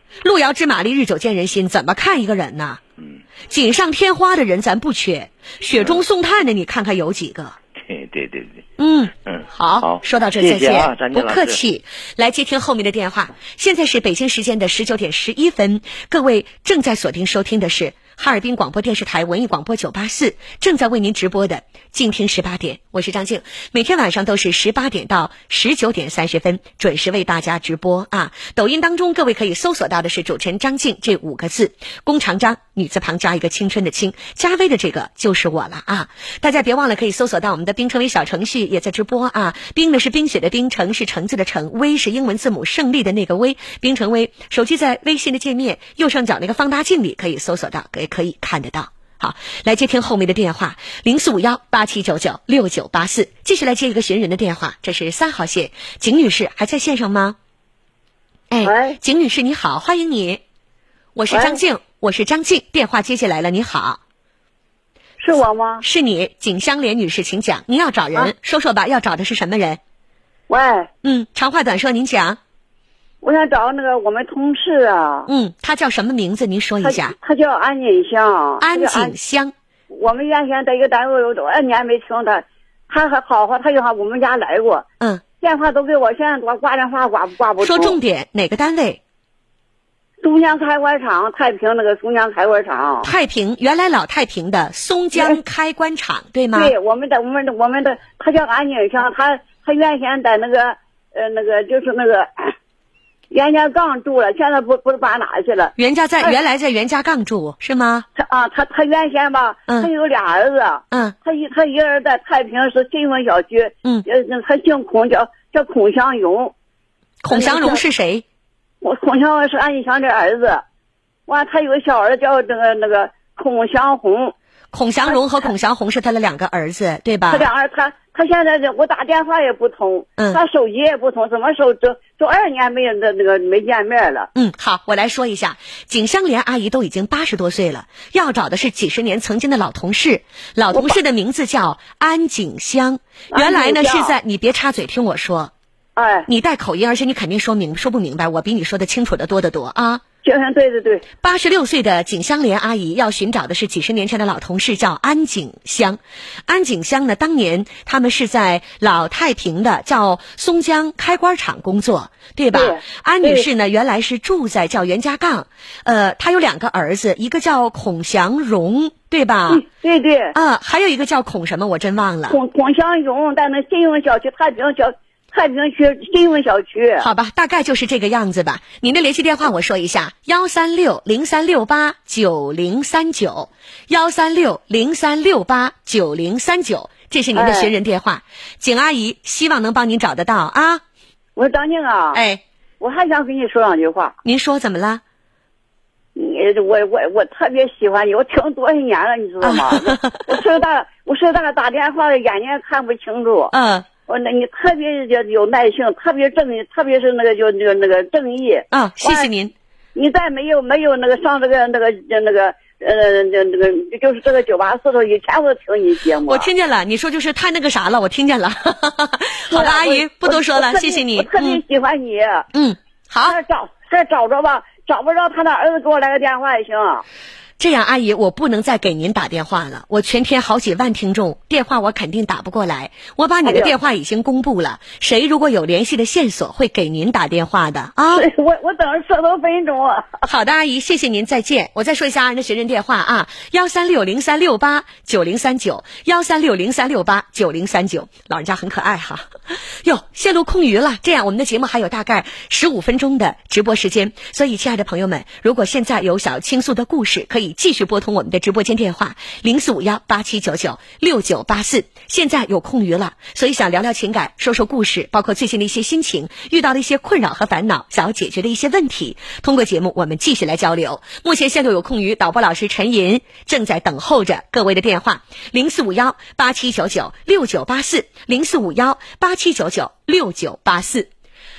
路遥知马力，日久见人心，怎么看一个人呢？ 嗯， 锦上添花的人咱不缺，雪中送炭的你看看有几个？ 对对对对。 嗯嗯， 好， 好， 说到这再见， 谢谢啊，张不静老师客气。来接听后面的电话，现在是北京时间的十九点十一分，各位正在锁定收听的是哈尔滨广播电视台文艺广播九八四，正在为您直播的静听十八点，我是张静，每天晚上都是十八点到十九点三十分准时为大家直播啊。抖音当中各位可以搜索到的是主持人张静这五个字，弓长张，女字旁加一个青春的青，加微的这个就是我了啊。大家别忘了可以搜索到我们的冰城微小程序也在直播啊。冰呢是冰雪的冰，城是橙子的橙，微是英文字母胜利的那个微，冰城微。手机在微信的界面右上角那个放大镜里可以搜索到，也可以看得到。好，来接听后面的电话零四五幺八七九九六九八四，继续来接一个寻人的电话，这是三号线，景女士还在线上吗？哎，景女士你好，欢迎你，我是张静，我是张静，电话接进来了，你好。 是我吗？ 是你，景香莲女士，请讲。您要找人、啊、说说吧，要找的是什么人？ 喂， 嗯，长话短说，您讲。 我想找那个我们同事啊。 嗯，他叫什么名字？您说一下。 他叫安锦香。 安锦香。 我们原先在一个单位有多少年没听他，他还好话，他就上我们家来过。 嗯。 电话都给我，现在我挂电话挂挂不出。 说重点，哪个单位？ 松江开关厂，太平那个松江开关厂。 太平，原来老太平的松江开关厂，对吗？ 对，我们的我们的我们的，他叫安锦香，他他原先在那个呃那个就是那个袁家岗住了，现在不不知搬哪去了。 袁家在原来在袁家岗住是吗？ 他啊，他他原先吧， 嗯、 他有俩儿子， 嗯， 他一他一个人在太平市新丰小区， 嗯， 呃，他姓孔，叫叫孔祥荣。 孔祥荣是谁？ 我孔祥荣是安锦香的儿子，完他有个小儿子叫那个那个孔祥红。 孔祥荣和孔祥红是他的两个儿子，对吧？ 他俩儿他他现在这我打电话也不通， 嗯， 他手机也不通，怎么手都都二年没那那个没见面了。 嗯，好，我来说一下，景香莲阿姨都已经八十多岁了，要找的是几十年曾经的老同事，老同事的名字叫安锦香，原来呢是在，你别插嘴，听我说。 哎， 你带口音，而且你肯定说明说不明白，我比你说的清楚的多得多啊！ 对对对， 八十六岁的景香莲阿姨要寻找的是几十年前的老同事，叫安景香。安景香呢，当年他们是在老太平的叫松江开关厂工作，对吧？ 对。 安女士呢，原来是住在叫袁家岗，呃，她有两个儿子，一个叫孔祥荣，对吧？ 嗯、对对。 啊，还有一个叫孔什么，我真忘了。 孔孔祥荣在那新丰小区太平小。太平区新丰小区， 好吧，大概就是这个样子吧。您的联系电话我说一下：幺三六零三六八九零三九，幺三六零三六八九零三九，这是您的寻人电话。景、哎、阿姨希望能帮您找得到啊。 我说张静啊， 哎， 我还想跟你说两句话。 您说怎么了？ 你我我我特别喜欢你，我听多少年了，你知道吗？我岁数大，我岁数大打电话眼睛看不清楚。 嗯。 我那你特别有耐性，特别正义，特别是那个就那个那个正义啊！谢谢您。 你再没有没有那个上这个那个那个呃那那个就是这个九八四头以前我都听你节目。 我听见了，你说就是太那个啥了，我听见了。好的，阿姨不多说了，谢谢你。 我特别喜欢你。 嗯，好。 这找这找着吧，找不着他那儿子给我来个电话也行。 这样，阿姨，我不能再给您打电话了。我全天好几万听众，电话我肯定打不过来。我把你的电话已经公布了，谁如果有联系的线索，会给您打电话的啊。 我我等十多分钟啊。 好的，阿姨，谢谢您，再见。我再说一下阿人的寻人电话啊，幺三六零三六八九零三九，幺三六零三六八九零三九。老人家很可爱哈。哟，线路空余了，这样我们的节目还有大概十五分钟的直播时间，所以亲爱的朋友们，如果现在有想倾诉的故事，可以继续拨通我们的直播间电话零四五幺八七九九六九八四。现在有空余了，所以想聊聊情感，说说故事，包括最近的一些心情，遇到的一些困扰和烦恼，想要解决的一些问题，通过节目我们继续来交流。目前线路有空余，导播老师陈银正在等候着各位的电话零四五幺八七九九六九八四，零四五幺八七九九六九八四。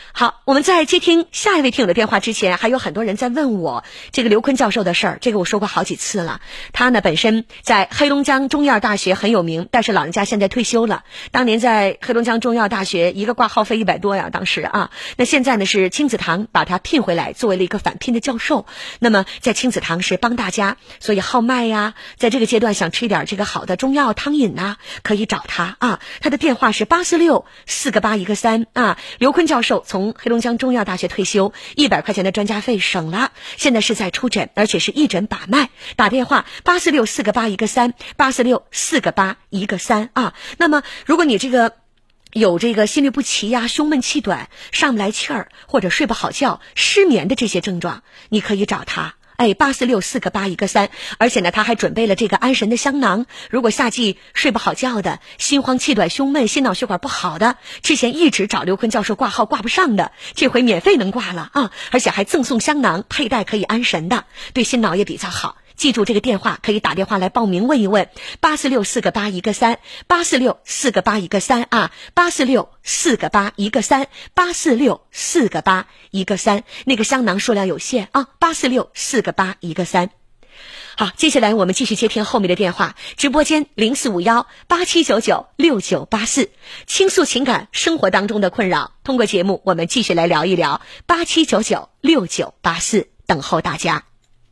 好，我们在接听下一位听友的电话之前，还有很多人在问我这个刘坤教授的事儿。这个我说过好几次了。他呢本身在黑龙江中医药大学很有名，但是老人家现在退休了。当年在黑龙江中医药大学一个挂号费一百多呀，当时啊，那现在呢是亲子堂把他聘回来，作为了一个返聘的教授。那么在亲子堂是帮大家，所以号脉呀，在这个阶段想吃一点这个好的中药汤饮呐、啊，可以找他啊。他的电话是八四六四个八一个三啊。刘坤教授从黑龙江中医药大学退休，一百块钱的专家费省了，现在是在出诊，而且是一诊把脉。打电话八四六四个八一个三，八四六四个八一个三啊。那么如果你这个有这个心律不齐呀、胸闷气短、上不来气儿，或者睡不好觉、失眠的这些症状，你可以找他。哎，八四六四个八一个三，而且呢，他还准备了这个安神的香囊。如果夏季睡不好觉的、心慌气短、胸闷、心脑血管不好的，之前一直找刘坤教授挂号挂不上的，这回免费能挂了啊！而且还赠送香囊，佩戴可以安神的，对心脑也比较好。记住这个电话，可以打电话来报名问一问，八四六四个八一个三，八四六四个八一个三啊，八四六四个八一个三，八四六四个八一个三，那个香囊数量有限啊，八四六四个八一个三。好，接下来我们继续接听后面的电话，直播间零四五幺八七九九六九八四，倾诉情感生活当中的困扰，通过节目我们继续来聊一聊，八七九九六九八四，等候大家。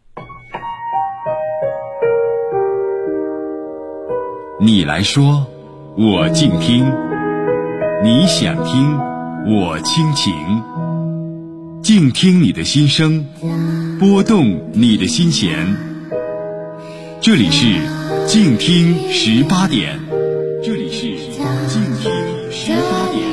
你来说，我静听；你想听，我倾情。静听你的心声，拨动你的心弦。这里是静听十八点，这里是静听十八点。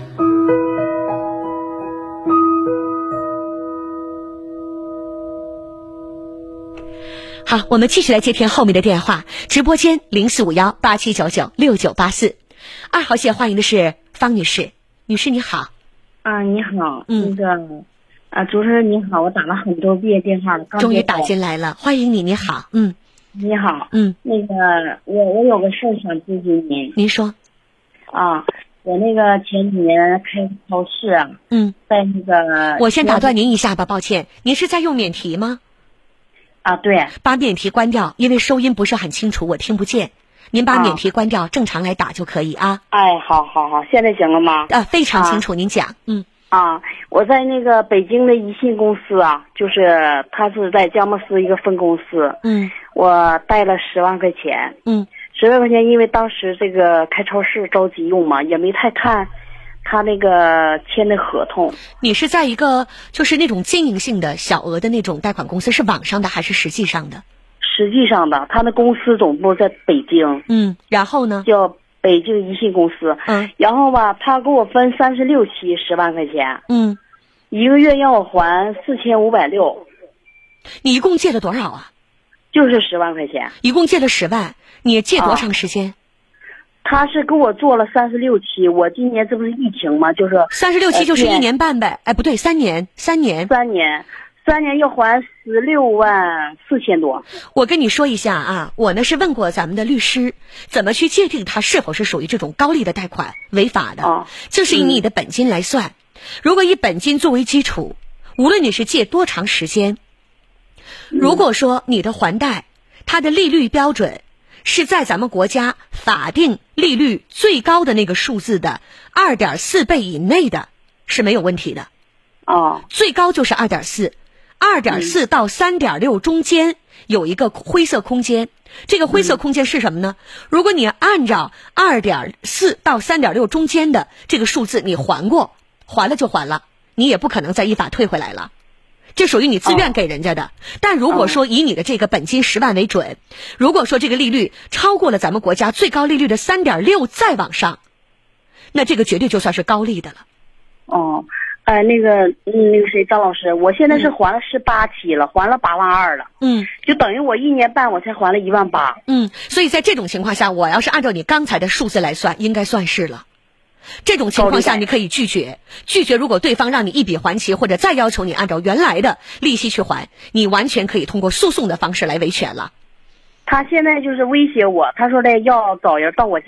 好，我们继续来接听后面的电话，直播间零四五幺八七九九六九八四。二号线欢迎的是方女士，女士你好。 啊，你好， 嗯， 那个，啊，主持人你好，我打了很多遍电话了， 终于打进来了，欢迎你，你好，嗯， 你好， 嗯， 那个我我有个事儿想咨询您， 您说。 啊，我那个前几年开超市啊， 嗯， 在那个， 我先打断您一下吧，抱歉，您是在用免提吗？ 啊，对， 把免提关掉，因为收音不是很清楚，我听不见。您把免提关掉，啊、正常来打就可以啊。 哎，好好好，现在行了吗？ 啊，非常清楚，啊、您讲。嗯。 啊，我在那个北京的宜信公司啊，就是他是在佳木斯一个分公司。 嗯。 我贷了十万块钱。 嗯。 十万块钱，因为当时这个开超市着急用嘛，也没太看他那个签的合同。 你是在一个就是那种经营性的小额的那种贷款公司，是网上的还是实际上的？ 实际上的，他的公司总部在北京。 嗯，然后呢？ 叫北京宜信公司。 嗯， 然后吧，他给我分三十六期十万块钱。 嗯， 一个月让我还四千五百六。 你一共借了多少啊？ 就是十万块钱。 一共借了十万，你借多长时间？ 啊、他是给我做了三十六期，我今年这不是疫情吗？就是三十六期就是一年半呗？哎，不对，三年，三年， 三年。三年要还十六万四千多。 我跟你说一下啊，我呢是问过咱们的律师，怎么去界定它是否是属于这种高利的贷款违法的？ 哦、 就是以你的本金来算。嗯、如果以本金作为基础，无论你是借多长时间，如果说你的还贷，它的利率标准是在咱们国家法定利率最高的那个数字的二点四倍以内的，是没有问题的。 哦， 最高就是二点四。二点四到三点六中间有一个灰色空间，这个灰色空间是什么呢？如果你按照二点四到三点六中间的这个数字你还过，还了就还了，你也不可能再依法退回来了，这属于你自愿给人家的。哦、但如果说以你的这个本金十万为准，如果说这个利率超过了咱们国家最高利率的三点六再往上，那这个绝对就算是高利的了。 哦。呃，那个，嗯，那个谁，张老师，我现在是还了十八期了，嗯、还了八万二了， 嗯， 就等于我一年半我才还了一万八， 嗯，所以在这种情况下，我要是按照你刚才的数字来算，应该算是了。这种情况下，你可以拒绝，拒绝如果对方让你一笔还齐，或者再要求你按照原来的利息去还，你完全可以通过诉讼的方式来维权了。 他现在就是威胁我，他说的要找人到我家，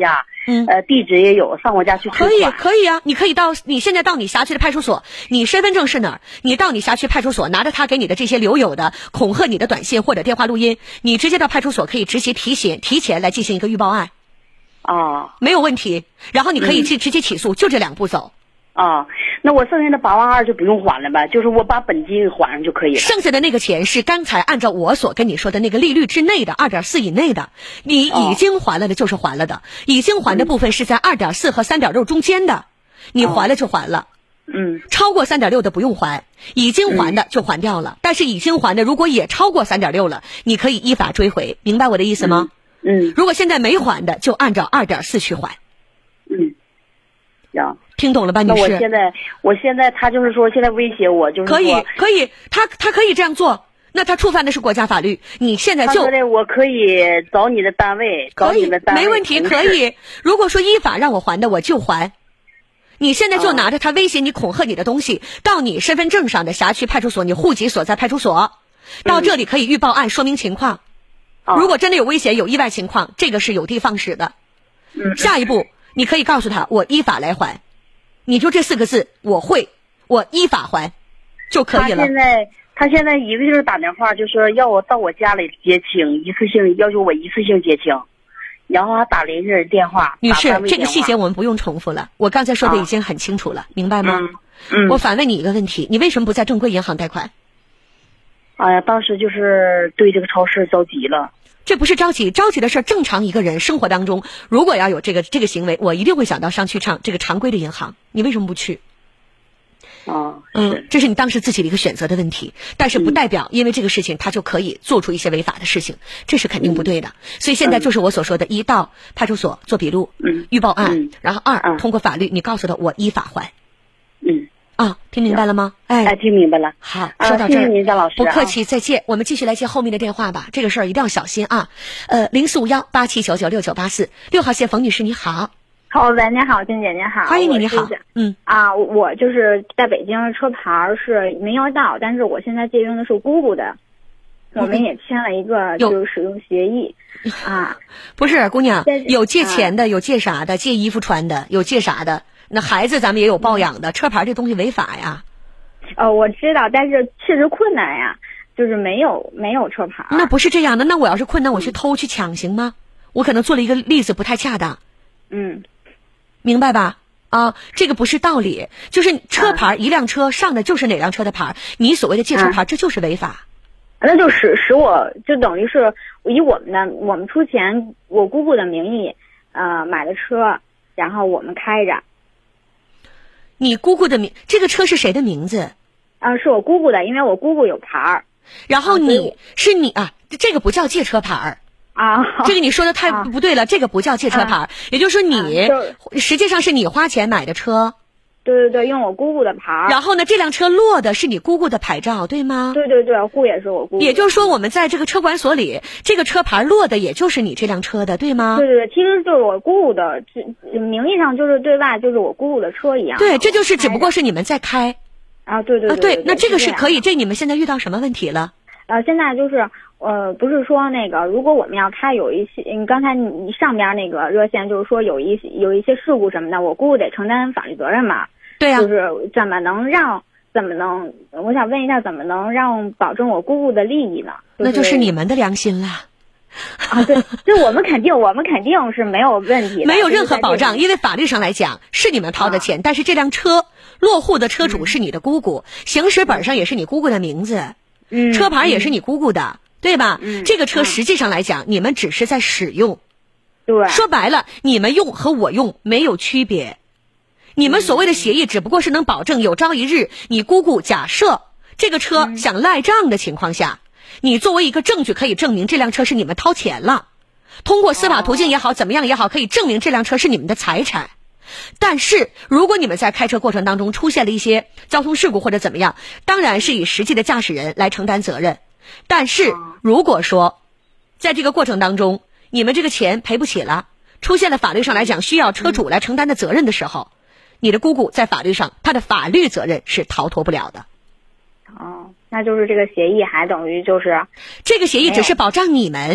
嗯，呃，地址也有，上我家去取款。 可以，可以啊，你可以到你现在到你辖区的派出所，你身份证是哪儿？你到你辖区派出所，拿着他给你的这些留有的恐吓你的短信或者电话录音，你直接到派出所可以直接提前提前来进行一个预报案。 哦， 没有问题。然后你可以去直接起诉，就这两步走。 啊，那我剩下的八万二就不用还了呗，就是我把本金还上就可以了。 剩下的那个钱是刚才按照我所跟你说的那个利率之内的二点四以内的，你已经还了的就是还了的，已经还的部分是在二点四和三点六中间的，你还了就还了。 嗯， 超过三点六的不用还，已经还的就还掉了。但是已经还的如果也超过三点六了，你可以依法追回，明白我的意思吗？ 嗯， 如果现在没还的，就按照二点四去还。 嗯。行， 听懂了吧，女士？ 那我现在，我现在他就是说，现在威胁我，就是说可以，可以，他他可以这样做，那他触犯的是国家法律。你现在就他说的，我可以找你的单位，找你的单位， 没问题，可以。如果说依法让我还的，我就还。你现在就拿着他威胁你、恐吓你的东西，到你身份证上的辖区派出所，你户籍所在派出所，到这里可以预报案，说明情况。如果真的有危险、有意外情况，这个是有的放矢的。 嗯， 下一步。你可以告诉他，我依法来还，你就这四个字，我会，我依法还，就可以了。 他现在，他现在一个劲儿打电话，就说要我到我家里接亲，一次性要求我一次性接亲，然后还打邻居人电话。 女士，这个细节我们不用重复了，我刚才说的已经很清楚了，啊、明白吗？ 嗯嗯。 我反问你一个问题，你为什么不在正规银行贷款？ 哎呀，当时就是对这个超市着急了。 这不是着急，着急的事儿。正常一个人生活当中，如果要有这个这个行为，我一定会想到商区场这个常规的银行。你为什么不去？ 哦， 嗯，这是你当时自己的一个选择的问题，但是不代表因为这个事情他就可以做出一些违法的事情，这是肯定不对的。所以现在就是我所说的，一到派出所做笔录， 嗯， 预报案，然后二通过法律，你告诉他我依法还。 嗯。 啊，听明白了吗？哎， 哎，听明白了。 好，说到这儿， 谢谢您，张老师， 不客气，再见。我们继续来接后面的电话吧，这个事儿一定要小心啊。呃，零四五幺八七九九六九八四，六号线冯女士，你好。 好，喂，你好，金姐，你好， 欢迎你，你好。嗯啊，我就是在北京，车牌是没要到，但是我现在借用的是姑姑的，我们也签了一个就是使用协议啊。 不是，姑娘，有借钱的，有借啥的，借衣服穿的，有借啥的。那孩子咱们也有抱养的，车牌这东西违法呀。 呃，我知道，但是确实困难呀，就是没有没有车牌。 那不是这样的，那我要是困难，我去偷去抢行吗？我可能做了一个例子不太恰当。 嗯， 明白吧？啊，这个不是道理，就是车牌，一辆车上的就是哪辆车的牌，你所谓的借车牌，这就是违法。 那就使使我就等于是以我们的我们出钱，我姑姑的名义呃买的车，然后我们开着。 你姑姑的名，这个车是谁的名字？ 啊，是我姑姑的，因为我姑姑有牌儿。 然后你是你啊，这个不叫借车牌儿啊， 这个你说的太不对了，这个不叫借车牌儿，也就是说你实际上是你花钱买的车。 对对对，用我姑姑的牌儿。 然后呢，这辆车落的是你姑姑的牌照，对吗？ 对对对，户也是我姑姑。 也就是说，我们在这个车管所里，这个车牌落的也就是你这辆车的，对吗？ 对对对，其实就是我姑姑的，名义上就是对外就是我姑姑的车一样。 对，这就是只不过是你们在开。 啊，对对对对。 对，那这个是可以。这你们现在遇到什么问题了？ 呃，现在就是呃，不是说那个，如果我们要开有一些，你刚才你上边那个热线就是说有一有一些事故什么的，我姑姑得承担法律责任嘛。 对呀、啊， 就是怎么能让怎么能？我想问一下，怎么能让保证我姑姑的利益呢？就是、 那就是你们的良心了。 啊，对，就我们肯定，我们肯定是没有问题的， 没有任何保障，因为法律上来讲是你们掏的钱，啊、但是这辆车落户的车主是你的姑姑，嗯、行驶本上也是你姑姑的名字， 嗯， 车牌也是你姑姑的，嗯、对吧？ 嗯， 这个车实际上来讲，嗯、你们只是在使用， 对， 说白了，你们用和我用没有区别。你们所谓的协议只不过是能保证有朝一日你姑姑假设这个车想赖账的情况下，你作为一个证据可以证明这辆车是你们掏钱了，通过司法途径也好怎么样也好，可以证明这辆车是你们的财产。但是如果你们在开车过程当中出现了一些交通事故或者怎么样，当然是以实际的驾驶人来承担责任。但是如果说在这个过程当中你们这个钱赔不起了，出现了法律上来讲需要车主来承担的责任的时候，你的姑姑在法律上她的法律责任是逃脱不了的。 哦，那就是这个协议还等于就是这个协议只是保障你们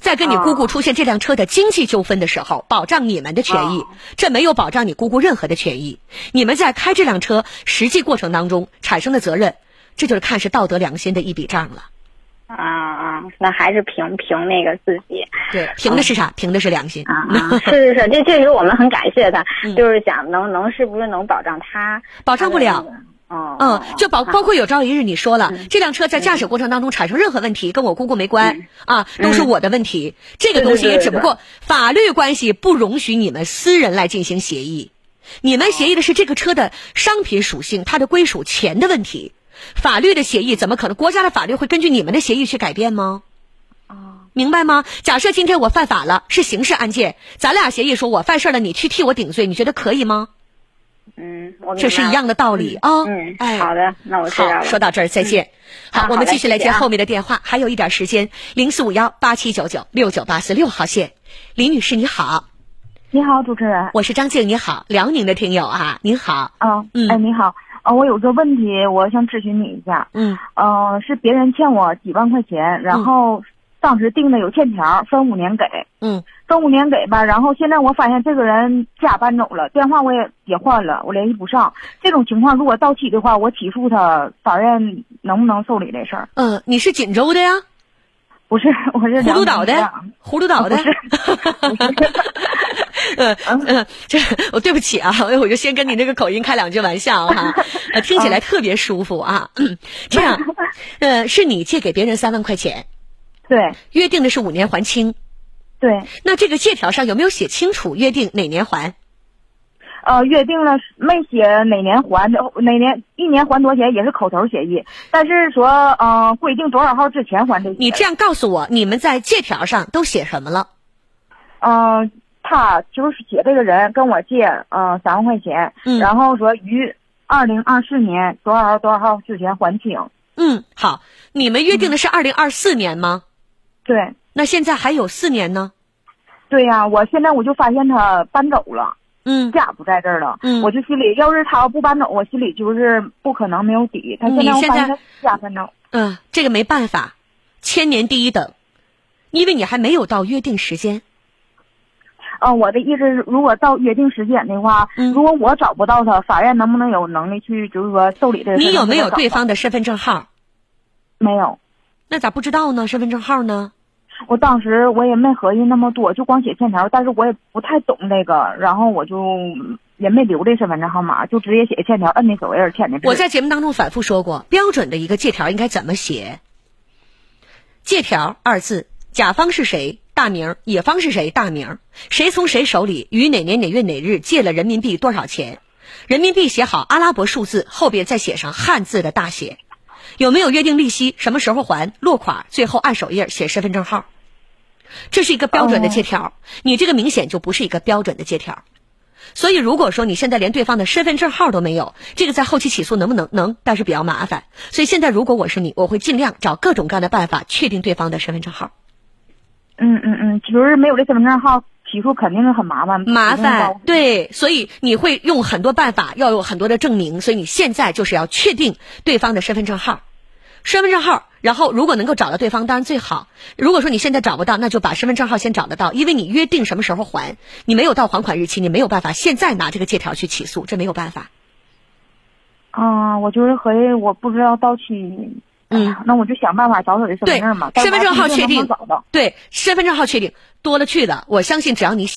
在跟你姑姑出现这辆车的经济纠纷的时候，保障你们的权益， 哦、 这没有保障你姑姑任何的权益。你们在开这辆车实际过程当中产生的责任，这就是看是道德良心的一笔账了。 啊啊，那还是凭凭那个自己。 对，凭的是啥？凭的是良心。 啊啊，是是是，这确实我们很感谢他，嗯、就是想能能是不是能保障他？ 保障不了。 哦， 嗯，就包包括有朝一日你说了，嗯、这辆车在驾驶过程当中产生任何问题，嗯、跟我姑姑没关、嗯、啊，都是我的问题。嗯、这个东西也只不过法律关系不容许你们私人来进行协议，你们协议的是这个车的商品属性，它的归属权的问题。法律的协议怎么可能？国家的法律会根据你们的协议去改变吗？ 哦， 明白吗？假设今天我犯法了，是刑事案件，咱俩协议说我犯事了，你去替我顶罪，你觉得可以吗？ 嗯，我这是一样的道理啊。 嗯，哦、哎，好的，那我知道了。 好，说到这儿再见。 嗯、 好，我们继续来接后面的电话，还有一点时间，零四五幺八七九九六九八四六号线，李女士你好。 你好，主持人， 我是张静，你好，辽宁的听友啊，您好。 啊，嗯，哎，你好。呃，我有个问题，我想咨询你一下。 嗯， 呃，是别人欠我几万块钱，然后当时定的有欠条，分五年给。 嗯， 分五年给吧，然后现在我发现这个人家搬走了，电话我也也换了，我联系不上。这种情况如果到期的话，我起诉他，法院能不能受理这事儿？ 嗯、呃，你是锦州的呀？ 不是，我是葫芦岛的。葫芦岛的。 不是。不是呃呃，这我对不起啊，我就先跟你这个口音开两句玩笑哈，呃，听起来特别舒服啊。嗯、这样，呃，是你借给别人三万块钱， 对， 约定的是五年还清， 对。 那这个借条上有没有写清楚约定哪年还？ 呃，约定了没写哪年还的，哪年一年还多少钱也是口头协议，但是说呃规定多少号之前还这些。 你这样告诉我，你们在借条上都写什么了？ 嗯、呃。他就是写这个人跟我借呃三万块钱， 嗯， 然后说于二零二四年多少号多少号之前还清。 嗯，好，你们约定的是二零二四年吗？ 对。 那现在还有四年呢？ 对呀、啊，我现在我就发现他搬走了， 嗯， 家不在这儿了， 嗯， 我就心里要是他不搬走，我心里就是不可能没有底。他现在我发现他家搬走， 嗯，这个没办法，千年第一等，因为你还没有到约定时间。 呃，我的意思是，如果到约定时间的话， 嗯， 如果我找不到他，法院能不能有能力去，就是说受理这个？ 你有没有对方的身份证号？ 没有。 那咋不知道呢？身份证号呢？ 我当时我也没合计那么多，就光写欠条，但是我也不太懂这个，然后我就也没留这身份证号码，就直接写欠条，摁那手印签的。 我在节目当中反复说过，标准的一个借条应该怎么写？借条二字，甲方是谁？大名，乙方是谁？大名，谁从谁手里于哪年哪月哪日借了人民币多少钱？人民币写好阿拉伯数字，后边再写上汉字的大写。有没有约定利息？什么时候还？落款，最后按手印写身份证号。这是一个标准的借条，哦、你这个明显就不是一个标准的借条。所以如果说你现在连对方的身份证号都没有，这个在后期起诉能不能？能，但是比较麻烦。所以现在如果我是你，我会尽量找各种各样的办法确定对方的身份证号。 嗯嗯嗯，就是没有这身份证号，起诉肯定是很麻烦。 麻烦，对，所以你会用很多办法，要有很多的证明。所以你现在就是要确定对方的身份证号，身份证号，然后如果能够找到对方，当然最好。如果说你现在找不到，那就把身份证号先找得到，因为你约定什么时候还，你没有到还款日期，你没有办法现在拿这个借条去起诉，这没有办法。 啊、嗯，我就是合计，我不知道到期。 嗯， 那我就想办法找找这身份证嘛。 身份证号确定，对，身份证号确定多了去了。我相信只要你